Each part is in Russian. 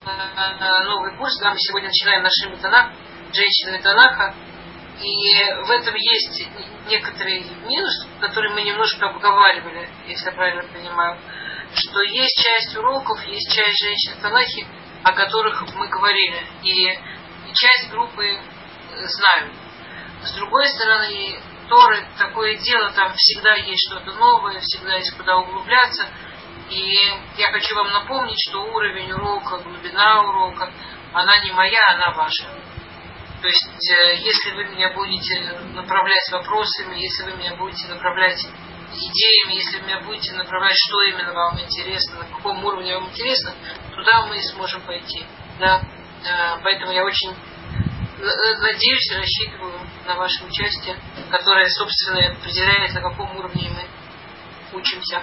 новый курс, да, мы сегодня начинаем наш Танах, женщины Танаха, и в этом есть некоторый минус, который мы немножко обговаривали, если я правильно понимаю, что есть часть уроков, есть часть женщин Танахи, о которых мы говорили, и часть группы знают. С другой стороны, Торы, такое дело, там всегда есть что-то новое, всегда есть куда углубляться. И я хочу вам напомнить, что уровень урока, глубина урока, она не моя, она ваша. То есть, если вы меня будете направлять вопросами, если вы меня будете направлять идеями, если вы меня будете направлять, что именно вам интересно, на каком уровне вам интересно, туда мы и сможем пойти. Да? Поэтому я очень надеюсь и рассчитываю на ваше участие, которое, собственно, определяет, на каком уровне мы учимся.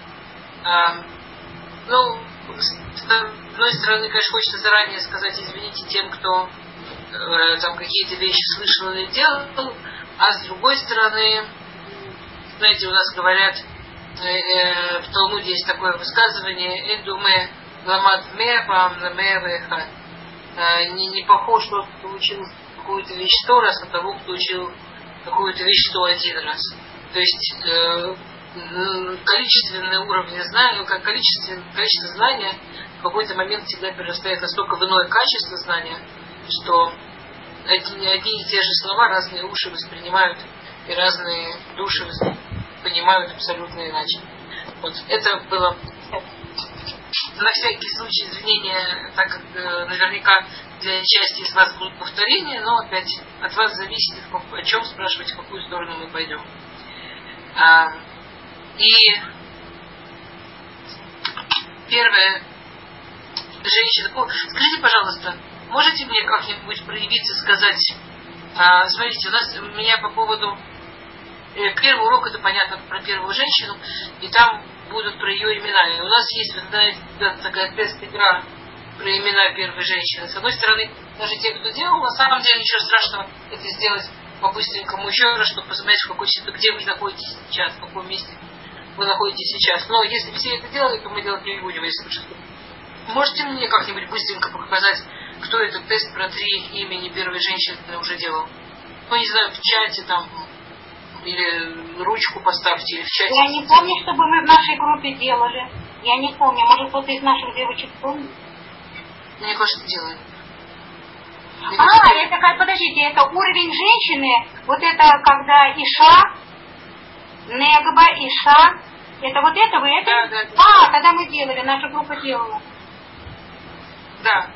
С одной стороны, конечно, хочется заранее сказать извините тем, кто там какие-то вещи слышал или делал, а с другой стороны, знаете, у нас говорят, в Талмуде есть такое высказывание «Эдуме ламад ме'пам ламе'веха». Не похож тот, кто учил какую-то вещь 100 раз, на того, кто учил какую-то вещь 101 раз. То есть количественное уровень знания, как количество знания в какой-то момент всегда перерастает настолько в иное качество знания, что одни и те же слова разные уши воспринимают и разные души понимают абсолютно иначе. Вот это было на всякий случай извинения, так как наверняка для части из вас будут повторения, но опять от вас зависит, о чем спрашивать, в какую сторону мы пойдем. И первая женщина. Скажите, пожалуйста, можете мне как-нибудь проявиться, сказать, смотрите, у меня по поводу первого урока, это понятно про первую женщину, и там будут про ее имена. И у нас есть, вы знаете, такая тест-игра про имена первой женщины. С одной стороны, даже те, кто делал, на самом деле ничего страшного это сделать по-быстренькому еще раз, чтобы посмотреть, в какой ситуации, где вы находитесь сейчас, в каком месте вы находитесь сейчас. Но если все это делали, то мы делать не будем, если что. Можете мне как-нибудь быстренько показать, кто этот тест про 3 имени первой женщины уже делал? Ну, не знаю, в чате там, или ручку поставьте, или в чате. Я не помню, чтобы мы в нашей группе делали. Я не помню. Может, кто-то из наших девочек помнит? Мне кажется, делаем. Это, подождите, это уровень женщины, вот это когда Иша, Негба, Иша, это вот это вы, это? Да. Когда мы делали, наша группа делала. Да.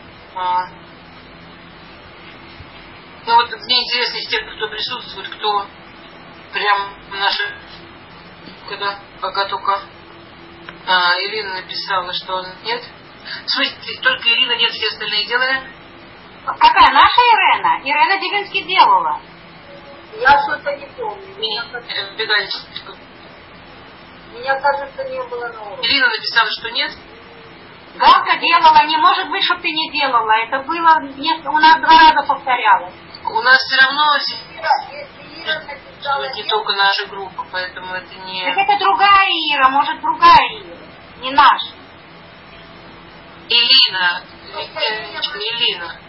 Ну вот мне интересно из тех, кто присутствует, кто прям наши, когда пока только Ирина написала, что нет. В смысле, только Ирина нет, все остальные делали? Какая наша Ирена? Ирена Дивинский делала. Я что-то не помню. Меня кажется, не было на уроке. Ирина написала, что нет? Галка делала, не может быть, чтобы ты не делала. Это было, у нас 2 раза повторялось. У нас все равно не только наша группа, поэтому это не... Так это другая Ира, может другая Ира, не наша. Элина. Элина.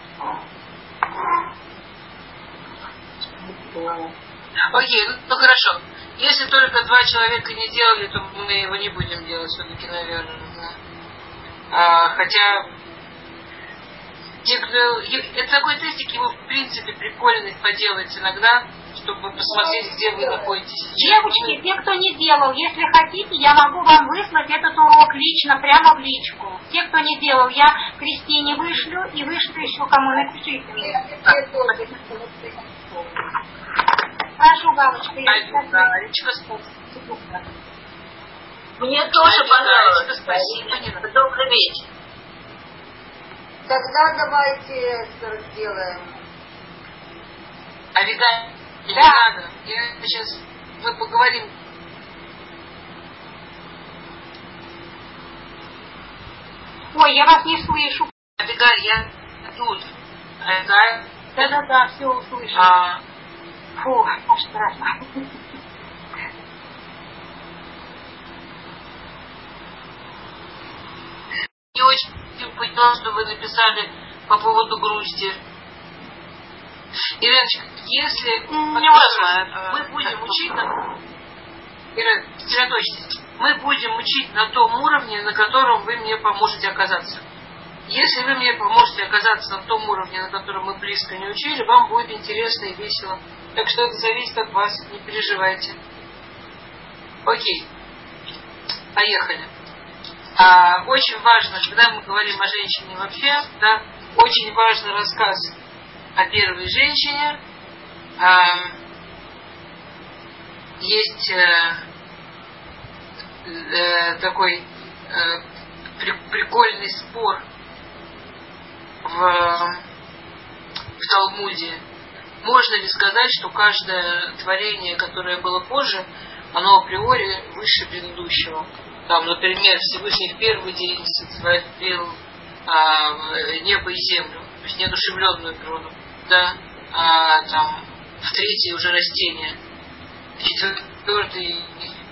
Окей, ну хорошо. Если только 2 человека не делали, то мы его не будем делать все-таки, наверное. Да. Хотя это такой тестик, его в принципе прикольно поделать иногда, чтобы посмотреть, где вы находитесь. Девочки, те, кто не делал, если хотите, я могу вам выслать этот урок лично, прямо в личку. Те, кто не делал, я Кристине вышлю и вышлю еще кому напишите. Прошу, бабушка, я Речка, спасибо. Мне тоже понравилось. Спасибо. Добрый вечер. Тогда давайте сделаем. Авигаль, не надо. Мы поговорим. Ой, я вас не слышу. Авигаль, я тут. Авигаль. Да, все услышала. Фу, аж страшно. Не очень поняла, что вы написали по поводу грусти. Ириночка, если мы будем учить, сосредоточьтесь, мы будем учить на том уровне, на котором вы мне поможете оказаться. Если вы мне поможете оказаться на том уровне, на котором мы близко не учили, вам будет интересно и весело. Так что это зависит от вас, не переживайте. Окей, поехали. Очень важно, когда мы говорим о женщине вообще, да, очень важен рассказ о первой женщине. Есть такой прикольный спор в Талмуде. Можно ли сказать, что каждое творение, которое было позже, оно априори выше предыдущего? Там, например, Всевышний в первый день сотворил небо и землю, то есть неодушевленную природу, да, там в третий уже растения, в четвертый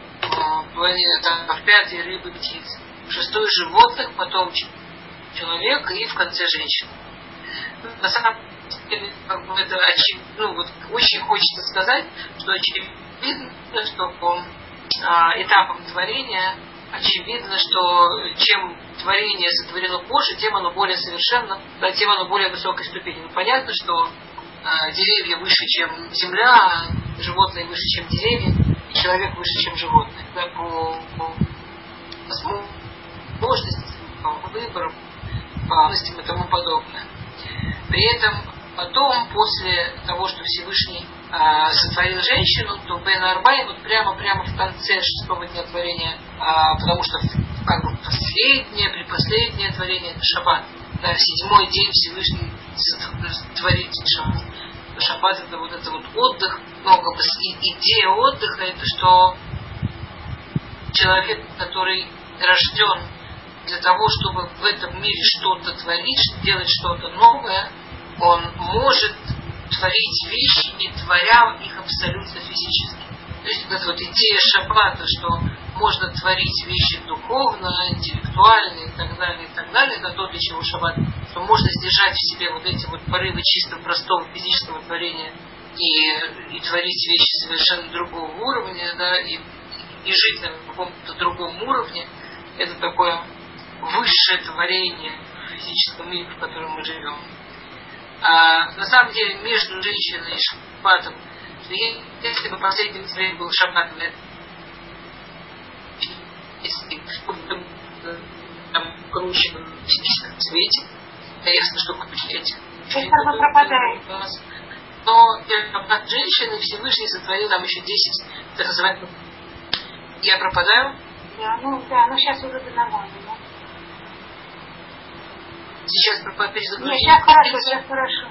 в пятый рыбы, птицы, в шестой животных, потом человек и в конце женщин. На самом деле, это очевидно, вот очень хочется сказать, что очевидно, что по этапам творения очевидно, что чем творение сотворило позже, тем оно более совершенно, да, тем оно более высокой ступени. Ну, понятно, что деревья выше, чем земля, а животные выше, чем деревья, и человек выше, чем животные. Да, по возможности, по выбору, по возможностям и тому подобное. При этом потом, после того, что Всевышний сотворил женщину, то Бен Арбай, вот прямо в конце шестого дня творения, потому что как бы предпоследнее творение это Шаббат. Да, седьмой день Всевышний творит Шаббат. Шаббат это вот отдых, много идея отдыха это что человек, который рожден для того, чтобы в этом мире что-то творить, делать что-то новое, он может творить вещи, не творя их абсолютно физически. То есть вот эта вот идея Шаббата, что можно творить вещи духовно, интеллектуально и так далее, это то, для чего Шаббат, что можно сдержать в себе вот эти вот порывы чисто простого физического творения и творить вещи совершенно другого уровня, да, и жить на каком-то другом уровне. Это такое высшее творение в физическом мире, в котором мы живем. На самом деле между женщиной и Шаббатом, если бы последним творением был Шаббат, если там круче в физическом свете, ясно, что круче но от женщины Всевышний сотворил там еще 10, так называемых. Я пропадаю? Да, но сейчас уже нормально, да? Сейчас перезагрузить. Нет, сейчас хорошо.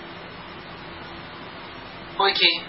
Окей.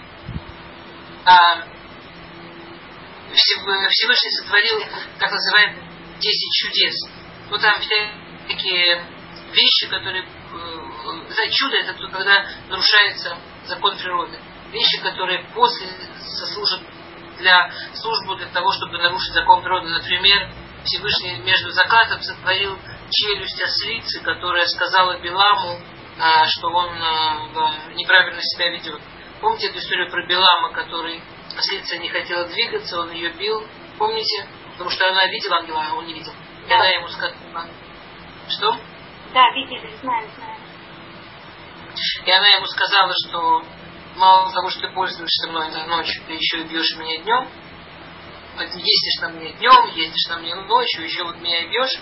Всевышний сотворил так называемые 10 чудес. Ну там всякие вещи, которые чудо это когда нарушается закон природы. Вещи, которые после служат для того, чтобы нарушить закон природы. Например, Всевышний между закатом сотворил челюсть ослицы, которая сказала Биламу, что он неправильно себя ведет. Помните эту историю про Билама, который ослица не хотела двигаться, он ее бил? Помните? Потому что она видела ангела, а он не видел. И она ему сказала, что? Да, видели, знаем. И она ему сказала, что мало того, что ты пользуешься мной ночью, ты еще и бьешь меня днем. Ездишь на мне днем, ездишь на мне ночью, еще вот меня и бьешь.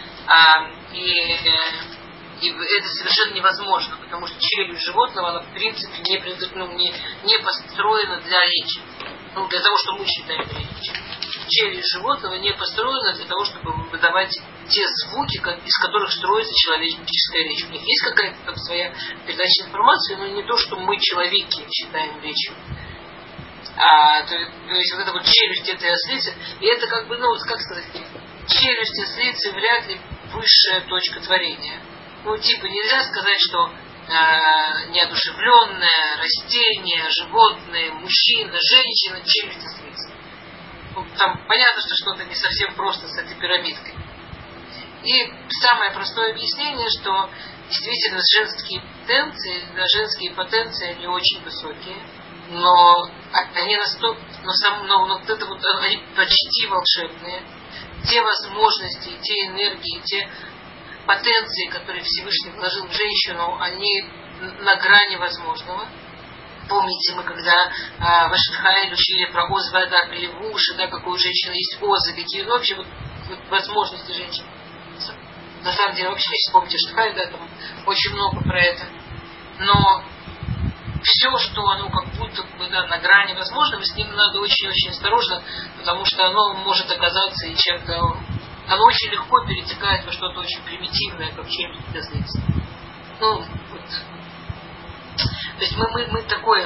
И это совершенно невозможно, потому что челюсть животного, она в принципе не построена для речи. Для того, что мы считаем речью. Челюсть животного не построена для того, чтобы выдавать те звуки, из которых строится человеческая речь. У них есть какая-то там своя передача информации, но не то, что мы, человеки, считаем речью. То есть вот эта вот челюсть этой ослицы, и это как бы, как сказать, челюсть ослицы вряд ли высшая точка творения. Нельзя сказать, что неодушевленное растение, животное, мужчина, женщина, челюсть ослицы. Там понятно, что что-то не совсем просто с этой пирамидкой. И самое простое объяснение, что действительно женские потенции, они очень высокие, но они но вот это вот, они почти волшебные. Те возможности, те энергии, те потенции, которые Всевышний вложил в женщину, они на грани возможного. Помните, мы когда в Ашетхайле учили про Оз, Вада, Левуши, да, какой у женщины есть озы, какие вообще вот возможности женщины. На самом деле, вообще, если вспомните Ашетхайль, да, там очень много про это. Но все, что оно как будто бы на грани возможного, с ним надо очень-очень осторожно, потому что оно может оказаться и чем-то... Оно очень легко перетекает во что-то очень примитивное, как чем-то язык. Ну, вот. То есть мы такое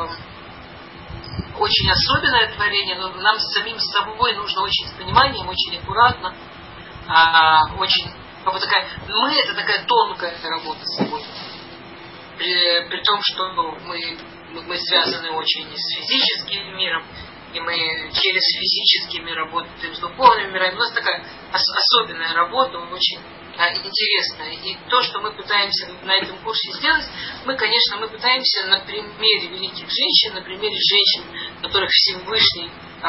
очень особенное творение, но нам самим с собой нужно очень с пониманием, очень аккуратно, очень... Как бы такая, это такая тонкая работа с собой. При том, что мы связаны очень с физическим миром, и мы через физический мир работаем с духовными мирами. У нас такая особенная работа, очень интересная. И то, что мы пытаемся на этом курсе сделать, мы пытаемся на примере великих женщин, на примере женщин, которых Всевышний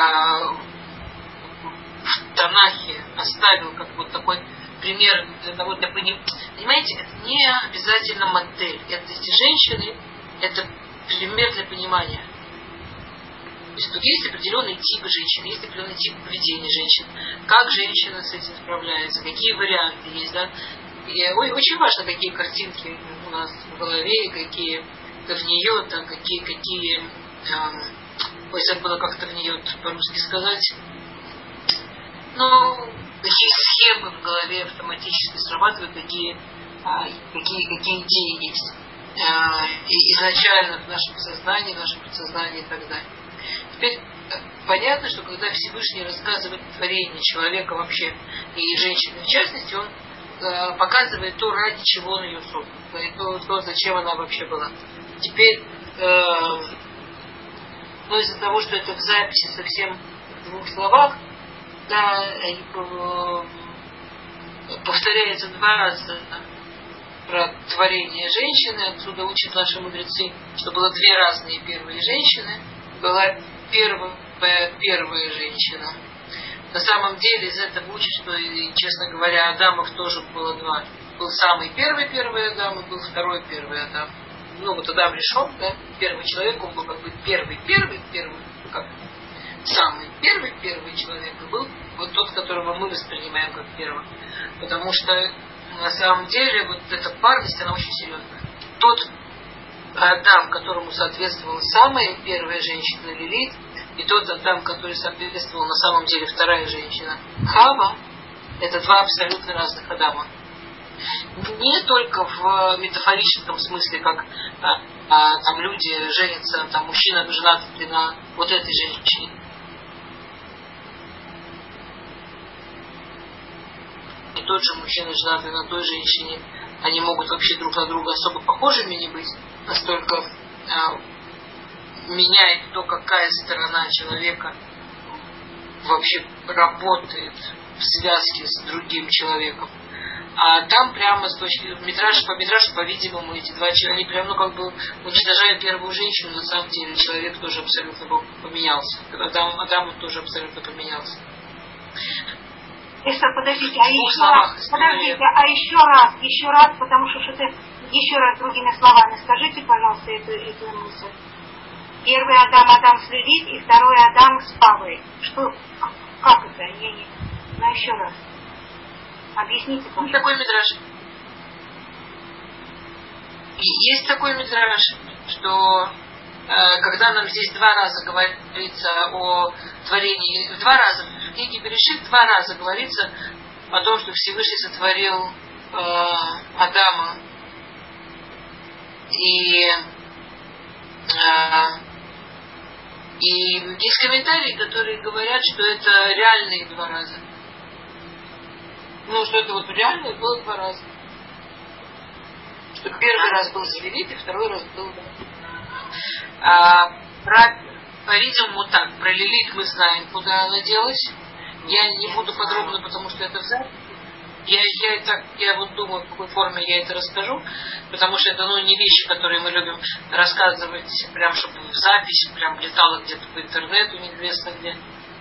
в Танахе оставил как вот такой пример для того, для понимания. Понимаете, это не обязательно модель. Эти женщины, это пример для понимания. То есть тут есть определенный тип женщин, есть определенный тип поведения женщин. Как женщина с этим справляется, какие варианты есть, да. И очень важно, какие картинки у нас в голове, какие в нее, да, какие забыла как-то в нее по-русски сказать. Ну, какие схемы в голове автоматически срабатывают, какие идеи есть изначально в нашем сознании, в нашем подсознании и так далее. Теперь понятно, что когда Всевышний рассказывает творение человека вообще и женщины в частности, он показывает то, ради чего он ее создал, и то, зачем она вообще была. Теперь, из-за того, что это в записи совсем в 2 словах, да, повторяется 2 раза про творение женщины, отсюда учат наши мудрецы, что было 2 разные первые женщины, была первая женщина. На самом деле из этого учат, что, честно говоря, Адамов тоже было 2. Был самый первый Адам, и был второй первый Адам. Вот Адам решен, да, первый человек, он был как бы первый, как самый первый человек, и был вот тот, которого мы воспринимаем как первого. Потому что на самом деле вот эта парность, она очень серьезная. Тот Адам, которому соответствовала самая первая женщина Лилит, и тот Адам, который соответствовал на самом деле вторая женщина Хава, это 2 абсолютно разных Адама. Не только в метафорическом смысле, как там люди женятся, там мужчина женат на вот этой женщине. И тот же мужчина женатый на той женщине, они могут вообще друг на друга особо похожими не быть, настолько меняет то, какая сторона человека вообще работает в связке с другим человеком. А там прямо с точки по Мидраш, по-видимому, эти 2 человека, они прямо, уничтожая первую женщину, на самом деле человек тоже абсолютно поменялся. Адам тоже абсолютно поменялся. Подождите, еще раз, потому что что-то еще раз другими словами скажите, пожалуйста, эту мысль. Первый Адам с Лилит, и второй Адам с Павой. Что? Как это? Ну еще раз. Объясните, пожалуйста. Такой мидраш. Есть такой мидраш, что когда нам здесь 2 раза говорится о творении, 2 раза в книге Берешит 2 раза говорится о том, что Всевышний сотворил Адама и есть комментарии, которые говорят, что это реальные 2 раза. Что это вот реально было 2 раза. Что первый раз был с Лилит, и второй раз был... По-видимому, так. Про Лилит мы знаем, куда она делась. Я не буду подробно, потому что это в записи. Я вот думаю, в какой форме я это расскажу, потому что это не вещи, которые мы любим рассказывать, прям чтобы в запись, прям летало где-то по интернету, неизвестно где.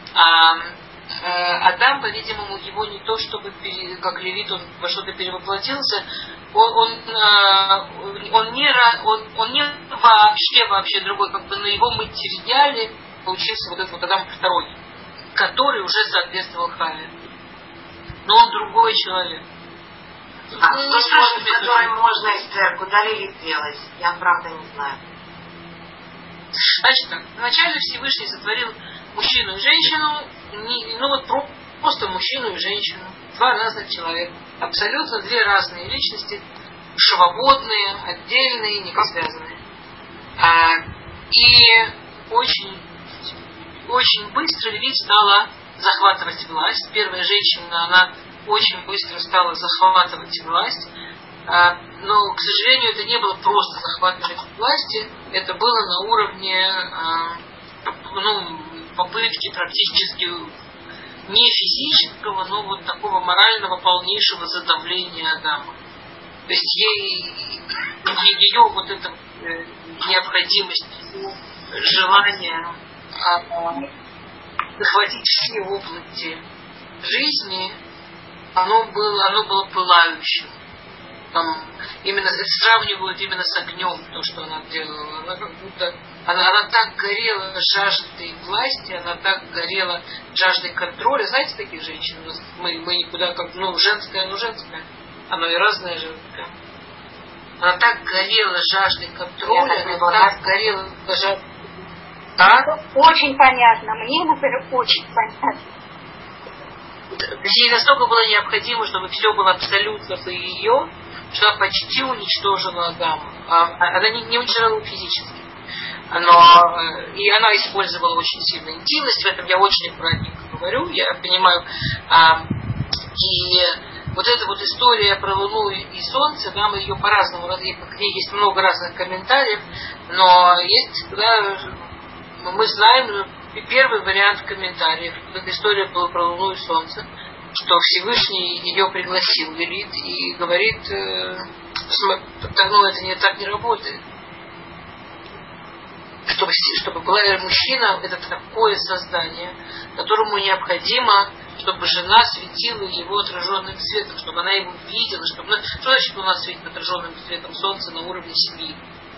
Адам, по-видимому, его не то, чтобы как левит он во что-то перевоплотился, он не вообще другой, как бы на его материале получился вот этот вот Адам второй, который уже соответствовал Хаве. Но он другой человек. А кто спрашивает, с которой можно Эстер? Куда Лилит делась? Я правда не знаю. Значит так, вначале Всевышний сотворил мужчину и женщину, просто мужчину и женщину. Два разных человека. Абсолютно две разные личности, свободные, отдельные, не связанные. И очень быстро Лилит стала захватывать власть. Первая женщина, она очень быстро стала захватывать власть. Но, к сожалению, это не было просто захватывать власти, это было на уровне попытки практически не физического, но вот такого морального полнейшего задавления Адама. То есть ее вот эта необходимость, желание захватить все области жизни, оно было пылающим. Именно сравнивают именно с огнем то, что она делала. Она как будто она так горела жаждой власти, она так горела жаждой контроля. Знаете таких женщин? Мы никуда как женское. Оно и разное женское. Она так горела жаждой контроля, она так горела жаждой. Очень понятно. Мне, например, очень понятно. Ей настолько было необходимо, чтобы все было абсолютно по ее, что она почти уничтожила Адама. Она не уничтожила его физически. И она использовала очень сильно интимность, в этом я очень аккуратненько говорю, я понимаю. И вот эта вот история про Луну и Солнце, да, мы ее по-разному, к ней есть много разных комментариев, но есть, да, мы знаем первый вариант комментариев. Эта история была про Луну и Солнце, что Всевышний ее пригласил, Лилит, и говорит, это так не работает. Чтобы была мужчина, это такое создание, которому необходимо, чтобы жена светила его отраженным светом, чтобы она его видела, что значит у нас светит отраженным светом солнца на уровне семьи?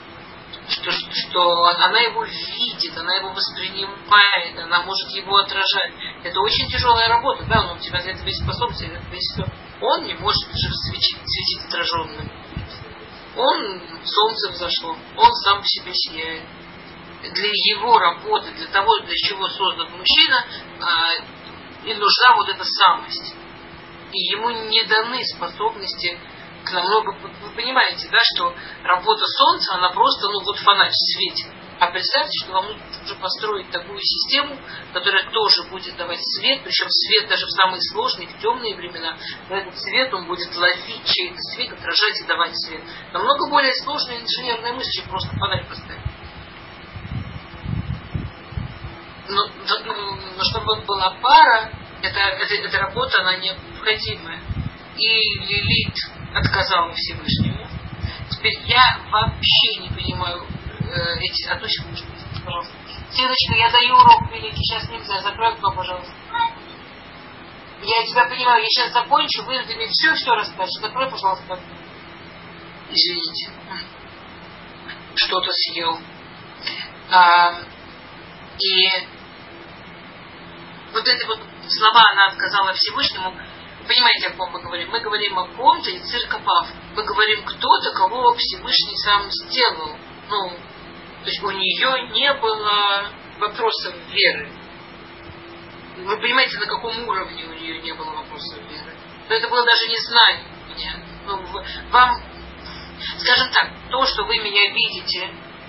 Что она его видит, она его воспринимает, она может его отражать. Это очень тяжелая работа, да, но у тебя для этого есть способности, для этого есть все. Он не может же светить отраженным. Солнце взошло, он сам в себе сияет. Для его работы, для того, для чего создан мужчина, им нужна вот эта самость. И ему не даны способности к намного... Вы понимаете, да, что работа Солнца, она просто, фонарь светит. А представьте, что вам нужно построить такую систему, которая тоже будет давать свет, причем свет даже в самые сложные, в темные времена, но этот свет, он будет ловить чей-то свет, отражать и давать свет. Намного более сложная инженерная мысль, чем просто фонарь поставить. Но чтобы была пара, эта работа, она необходимая. И Лилит отказала Всевышнему. Теперь я вообще не понимаю эти... Одну секундочку, пожалуйста. Синочка, я даю урок великий, сейчас нельзя, закрой окно, пожалуйста. Я тебя понимаю, я сейчас закончу, вы мне все расскажете. Закрой, пожалуйста. Извините. Что-то съел. И вот эти вот слова она отказала Всевышнему. Понимаете, о ком мы говорим? Мы говорим о ком-то и циркопав. Мы говорим кто-то, кого Всевышний сам сделал. То есть у нее не было вопросов веры. Вы понимаете, на каком уровне у нее не было вопросов веры? Но это было даже не знание. Вам, скажем так, то, что вы меня видите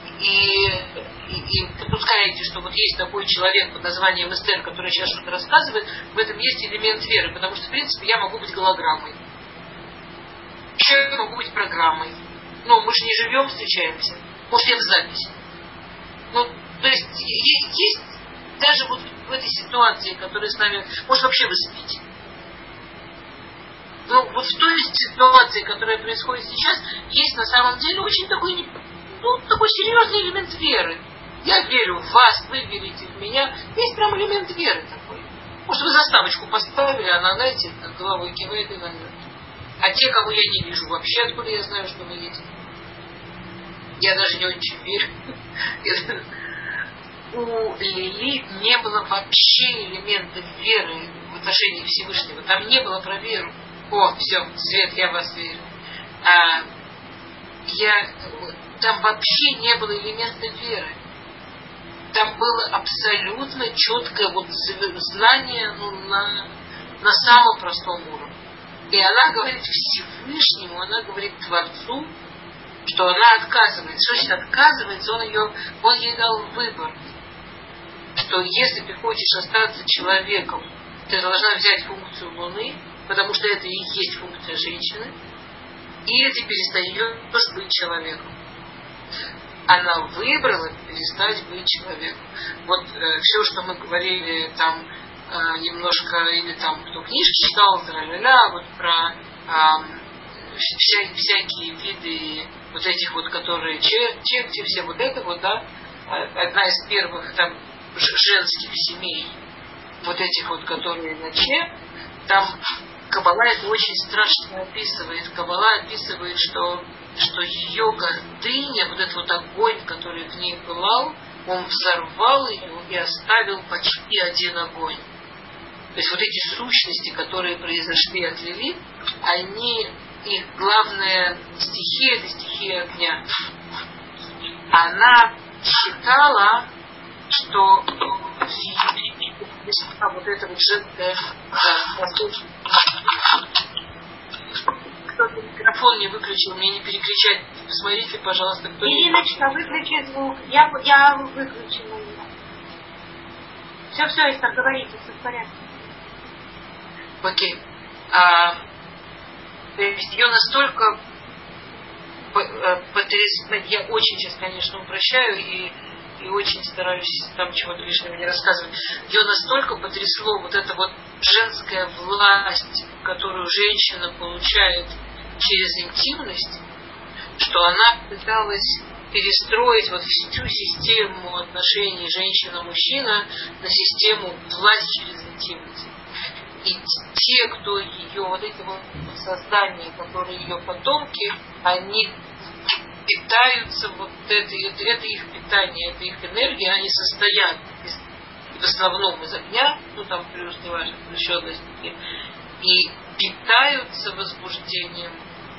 и допускаете, что вот есть такой человек под названием Эстер, который сейчас что-то рассказывает, в этом есть элемент веры, потому что, в принципе, я могу быть голограммой. Еще я могу быть программой. Мы же не живем, встречаемся. Может, я в записи. То есть есть даже вот в этой ситуации, которая с нами... Может, вообще вы спите. Но вот в той ситуации, которая происходит сейчас, есть на самом деле очень такой, такой серьезный элемент веры. Я верю в вас, вы верите в меня. Есть прям элемент веры такой. Может, вы заставочку поставили, она, знаете, головой кивает и наверх. А те, кого я не вижу, вообще откуда я знаю, что вы есть? Я даже не очень верю. У Лилит не было вообще элемента веры в отношении Всевышнего. Там не было про веру. О, все, Свет, я вас верю. Там вообще не было элемента веры. Там было абсолютно четкое знание на самом простом уровне. И она говорит Всевышнему, она говорит Творцу, что она отказывается. Что значит отказывается? Он ей дал выбор, что если ты хочешь остаться человеком, ты должна взять функцию Луны, потому что это и есть функция женщины, или ты перестаешь быть человеком. Она выбрала перестать быть человеком. Вот все, что мы говорили там немножко, или там кто книжки читал, вот про всякие виды вот этих вот, которые черти, все вот это вот, да, одна из первых там женских семей, вот этих вот, которые на Че, там Каббала это очень страшно описывает. Каббала описывает, что ее гордыня, вот этот вот огонь, который в ней пылал, он взорвал ее и оставил почти один огонь. То есть вот эти сущности, которые произошли от Лилит, их главная стихия — это стихия огня. Она считала, что вот это вот женское кто-то микрофон не выключил, мне не перекричать. Посмотрите, пожалуйста, кто не... Ириночка, выключи звук. Я выключила его. Все, Эстер, говорите, все в порядке. Окей. То есть ее настолько потрясло, я очень сейчас, конечно, упрощаю и очень стараюсь там чего-то лишнего не рассказывать. Ее настолько потрясло вот эта вот женская власть, которую женщина получает через интимность, что она пыталась перестроить вот всю систему отношений женщина-мужчина на систему власть через интимность. И те, кто ее, вот эти вот создания, которые ее потомки, они питаются вот это их питание, это их энергия, они состоят в основном из огня, там плюс неважно, еще одна стихия, и питаются возбуждением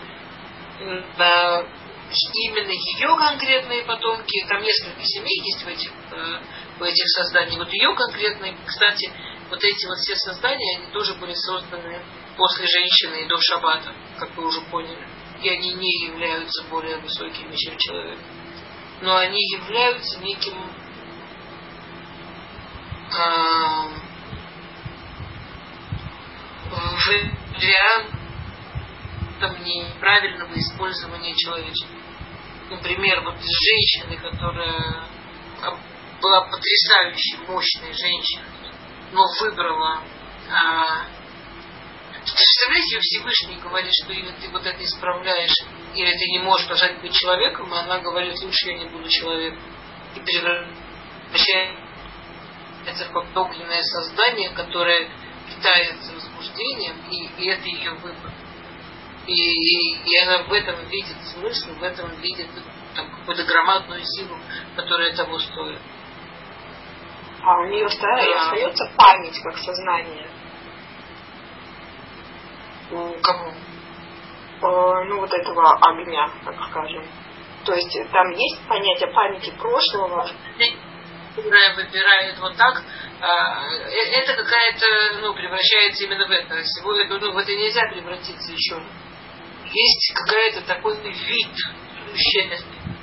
именно ее конкретные потомки. Там несколько семей есть в этих созданиях. Вот ее конкретные, кстати, вот эти вот все создания, они тоже были созданы после женщины и до шаббата, как вы уже поняли. И они не являются более высокими, чем человек. Но они являются неким вариантом неправильного использования человечества. Например, вот женщины, которая была потрясающе мощной женщиной, но выбрала... Представляете, Всевышний говорит, что или ты вот это исправляешь, или ты не можешь продолжать быть человеком, а она говорит, лучше я не буду человеком. И превращается в какое-то огненное создание, которое питается возбуждением, и это ее выбор. И она в этом видит смысл, в этом видит там, какую-то громадную силу, которая того стоит. А у нее остается память как сознание? У кого? Вот этого огня, так скажем. То есть там есть понятие памяти прошлого? Которая выбирает вот так, это какая-то, превращается именно в это. Сегодня, в это нельзя превратиться еще. Есть какая-то такой вид существ,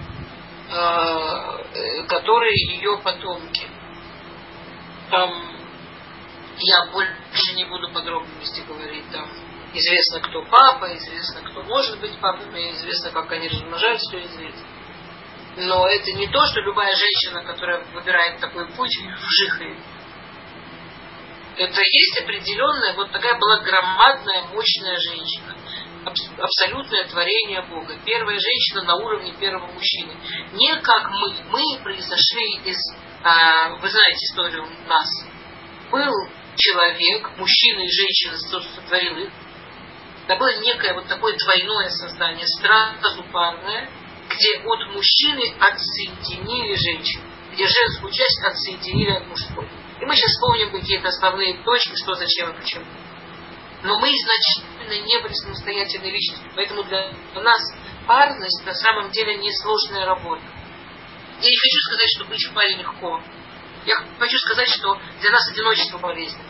которые ее потомки. Там я больше не буду подробности говорить. Там известно, кто папа, известно, кто может быть папой, известно, как они размножаются, все известно. Но это не то, что любая женщина, которая выбирает такой путь, вжихает. Это есть определенная, вот такая была громадная, мощная женщина. Абсолютное творение Бога. Первая женщина на уровне первого мужчины. Не как мы. Мы произошли из... вы знаете историю нас. Был человек, мужчина и женщина, сотворил их. Это было некое вот такое двойное создание, сразу парное, где от мужчины отсоединили женщину, где женскую часть отсоединили от мужской. И мы сейчас вспомним какие-то основные точки, что, зачем и почему. Но мы изначально не были самостоятельной личностью, поэтому для нас парность на самом деле несложная работа. Я не хочу сказать, что быть в паре легко. Я хочу сказать, что для нас одиночество болезненно.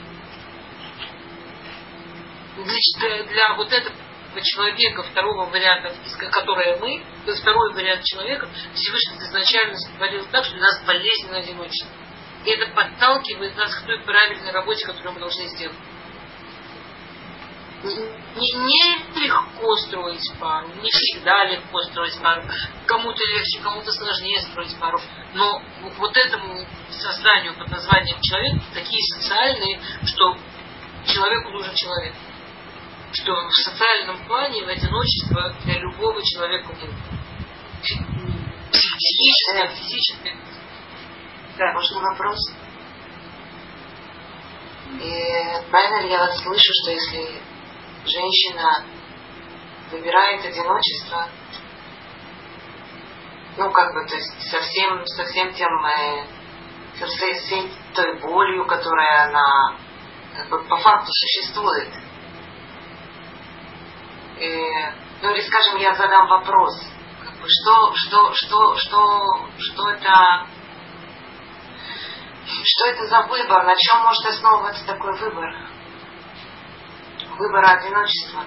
Для вот этого человека, второго варианта, которое мы, то есть второй вариант человека, Всевышний изначально сотворил так, что у нас болезненное одиночество. И это подталкивает нас к той правильной работе, которую мы должны сделать. Не легко строить пару, не всегда легко строить пару. Кому-то легче, кому-то сложнее строить пару. Но вот этому созданию под названием человек такие социальные, что человеку нужен человек. Что в социальном плане в одиночество для любого человека нужно. Физически. Да, можно вопрос? И правильно ли я вас слышу, что если женщина выбирает одиночество, ну как бы, то есть со всем со всей той болью, которая она как бы по факту существует. Ну или, скажем, я задам вопрос, как бы, что это за выбор, на чем может основываться такой выбор? Выбор одиночества.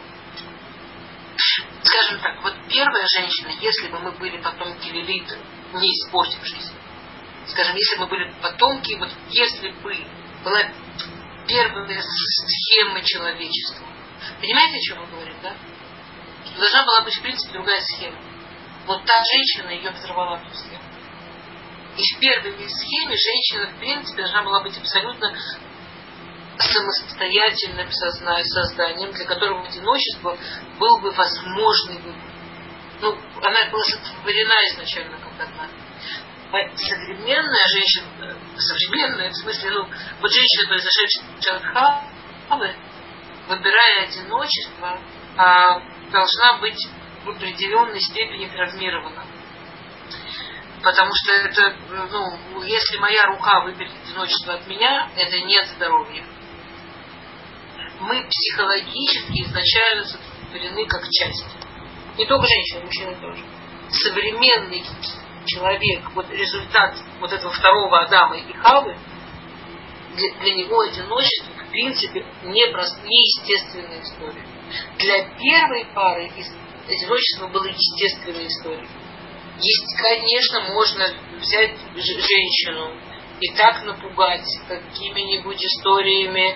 Скажем так, вот первая женщина, если бы мы были потомки Лилит, не испортившись, скажем, если бы мы были потомки, вот если бы была первая схема человечества, понимаете, о чем мы говорим, да? Что должна была быть, в принципе, другая схема. Вот та женщина ее взорвала, эту схему. И в первой схеме женщина, в принципе, должна была быть абсолютно самостоятельным созданием, для которого одиночество был бы возможный выбор. Ну, она была сотворена изначально как одна. Современная женщина, современная, в смысле, вот женщина, произошедшая от Хавы, выбирая одиночество, должна быть в определенной степени травмирована. Потому что это, если моя рука выберет одиночество от меня, это нет здоровья. Мы психологически изначально сотворены как часть. Не только женщины, мужчины тоже. Современный человек, вот результат вот этого второго Адама и Хавы, для него одиночество, в принципе, неестественная история. Для первой пары одиночество было естественной историей. Есть, конечно, можно взять женщину и так напугать какими-нибудь историями,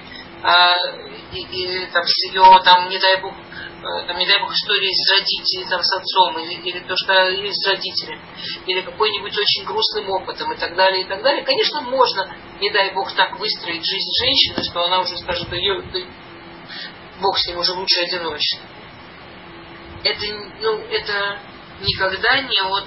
там, с ее, там, не дай бог, истории с родителями, там, с отцом, или то, что или с родителями, или какой-нибудь очень грустным опытом, и так далее, и так далее. Конечно, можно, не дай бог, так выстроить жизнь женщины, что она уже скажет, бог с ним, уже лучше одиночество. Это никогда не от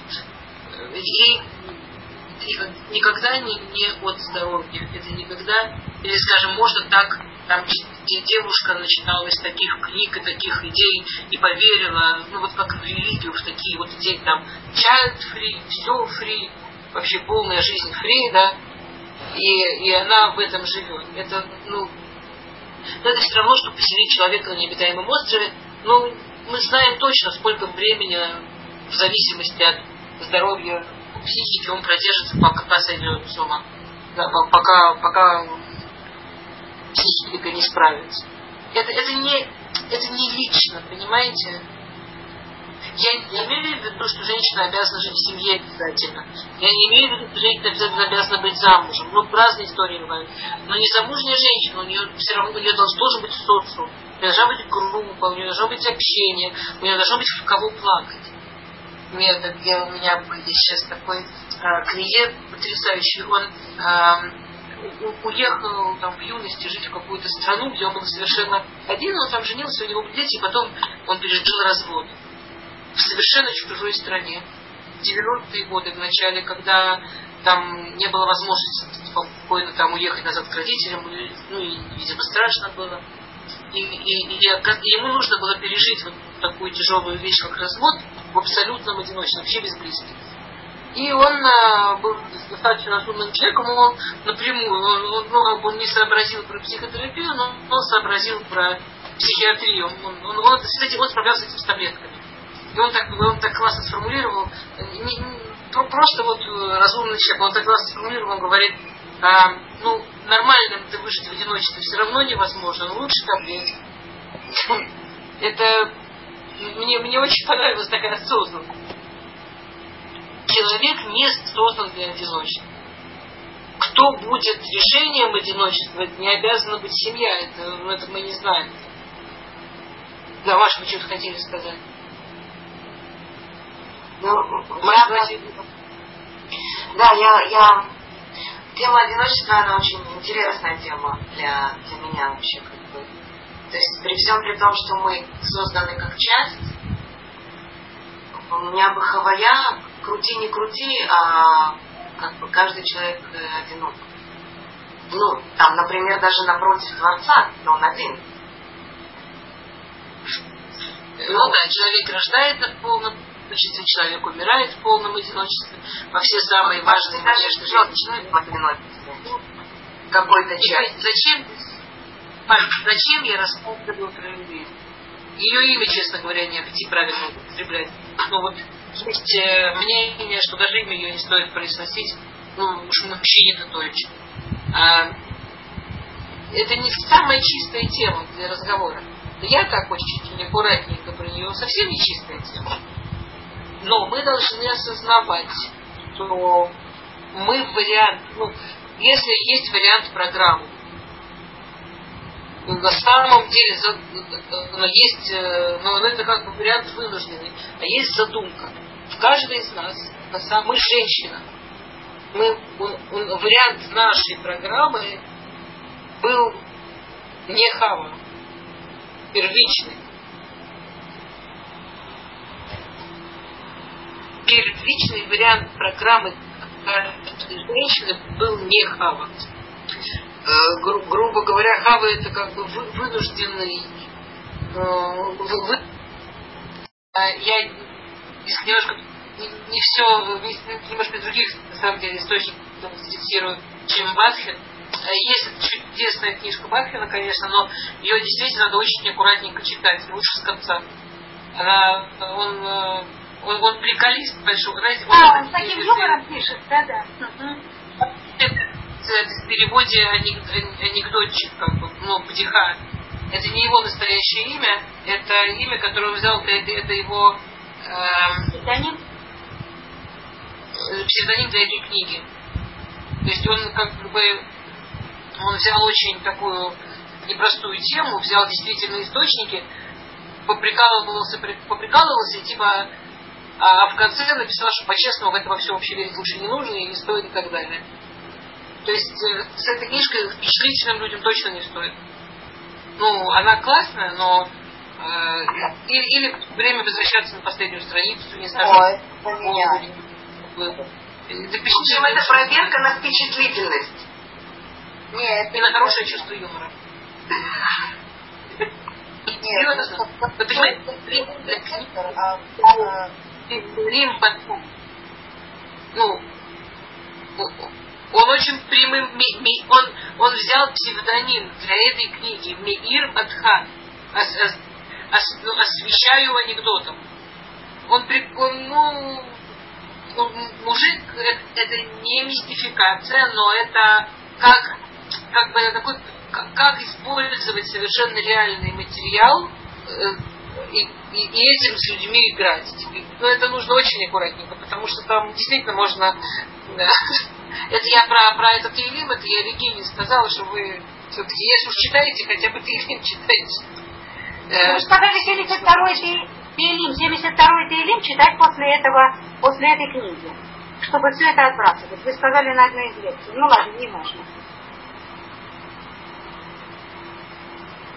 никогда не от здоровья. Это никогда, или, скажем, можно так, там девушка начинала из таких книг и таких идей и поверила, вот как в религию, в такие вот идеи, там, child free, все free, вообще полная жизнь free, да, и она в этом живет. Это, это все равно, что поселить человека на необитаемом острове. Мы знаем точно, сколько времени, в зависимости от здоровья психики, он продержится, пока сойдет с ума. Да, пока психика не справится. Это не лично, понимаете? Я не имею в виду, что женщина обязана жить в семье обязательно. Я не имею в виду, что женщина обязательно обязана быть замужем. Разные истории бывают. Но незамужняя женщина, у нее все равно должен быть социум. У нее должна быть группа, у нее должно быть общение, у нее должно быть в кого плакать. У меня были сейчас такой клиент потрясающий, уехал там в юности жить в какую-то страну, где он был совершенно один, он там женился, у него были дети, и потом он пережил развод в совершенно чужой стране. В 90-е годы в начале, когда там не было возможности спокойно там уехать назад к родителям, ну и, видимо, страшно было. И ему нужно было пережить вот такую тяжелую вещь, как развод, в абсолютном одиночестве, вообще без близких. И он был достаточно разумным человеком, он напрямую, он не сообразил про психотерапию, но он сообразил про психиатрию. Он справлялся с этим с таблетками. И он так классно сформулировал, просто вот разумный человек, он так классно сформулировал, он говорит, нормальным ты выжить в одиночестве все равно невозможно, но лучше таблетки. Это мне очень понравилась такая осознанность. Человек не создан для одиночества. Кто будет решением одиночества, это не обязана быть семья, это мы не знаем. Да, Маша, вы что-то хотели сказать? Тема одиночества, она очень интересная тема для меня вообще, как бы. То есть при всем при том, что мы созданы как часть, у меня бы хавая, крути не крути, а как бы каждый человек одинок. Ну, там, например, даже напротив Творца, но он один. Человек рождается в полном одиночестве, человек умирает в полном одиночестве. Во все самые важные моменты жизни. В одиночестве. Какой-то часть. Зачем я рассказываю про людей? Ее имя, честно говоря, не правильно употреблять. Ну вот есть мнение, что даже имя ее не стоит произносить, уж мужчине-то точно. Это не самая чистая тема для разговора. Я так очень аккуратненько про нее, совсем не чистая тема. Но мы должны осознавать, что мы вариант, если есть вариант программы, на самом деле есть, это как бы вариант вынужденный, а есть задумка. В каждой из нас, мы женщина, вариант нашей программы был не Хава, первичный. Первичный вариант программы каждой женщины был не Хава. Грубо говоря, Хава это как бы вынужденный. Я немножко не все, немножко из других, на самом деле, источников цитирую, чем Батхин. Есть чудесная книжка Батхина, конечно, но ее действительно надо очень аккуратненько читать, лучше с конца. Он приколист большой, знаете. Он с таким юмором пишет, да. Это в переводе анекдотчик, как бы, бдиха. Это не его настоящее имя, это имя, которое он взял, это его псевдоним для этой книги. То есть он он взял очень такую непростую тему, взял действительно источники, поприкалывался и типа, а в конце написал, что по-честному в это во все вообще верить лучше не нужно и не стоит и так далее. То есть с этой книжкой впечатлительным людям точно не стоит. Она классная, но или время возвращаться на последнюю страницу, не знаю. Ой, поменяй. Это проверка на впечатлительность. Нет. И на хорошее чувство юмора. Серьезно. Вы понимаете, Рим Батхун. Он очень прямым, он взял псевдоним для этой книги Меир Батхан, освещаю анекдотом. Мужик, это не мистификация, но это как использовать совершенно реальный материал и этим с людьми играть. Но это нужно очень аккуратненько, потому что там действительно можно... Это я про этот Теилим, это я Регине сказала, что вы все-таки, если уж читаете, хотя бы Теилим читайте. Вы сказали 72-й Теилим читать после этой книги, чтобы все это отбрасывать. Вы сказали на одной из лекций. Ладно, не можно.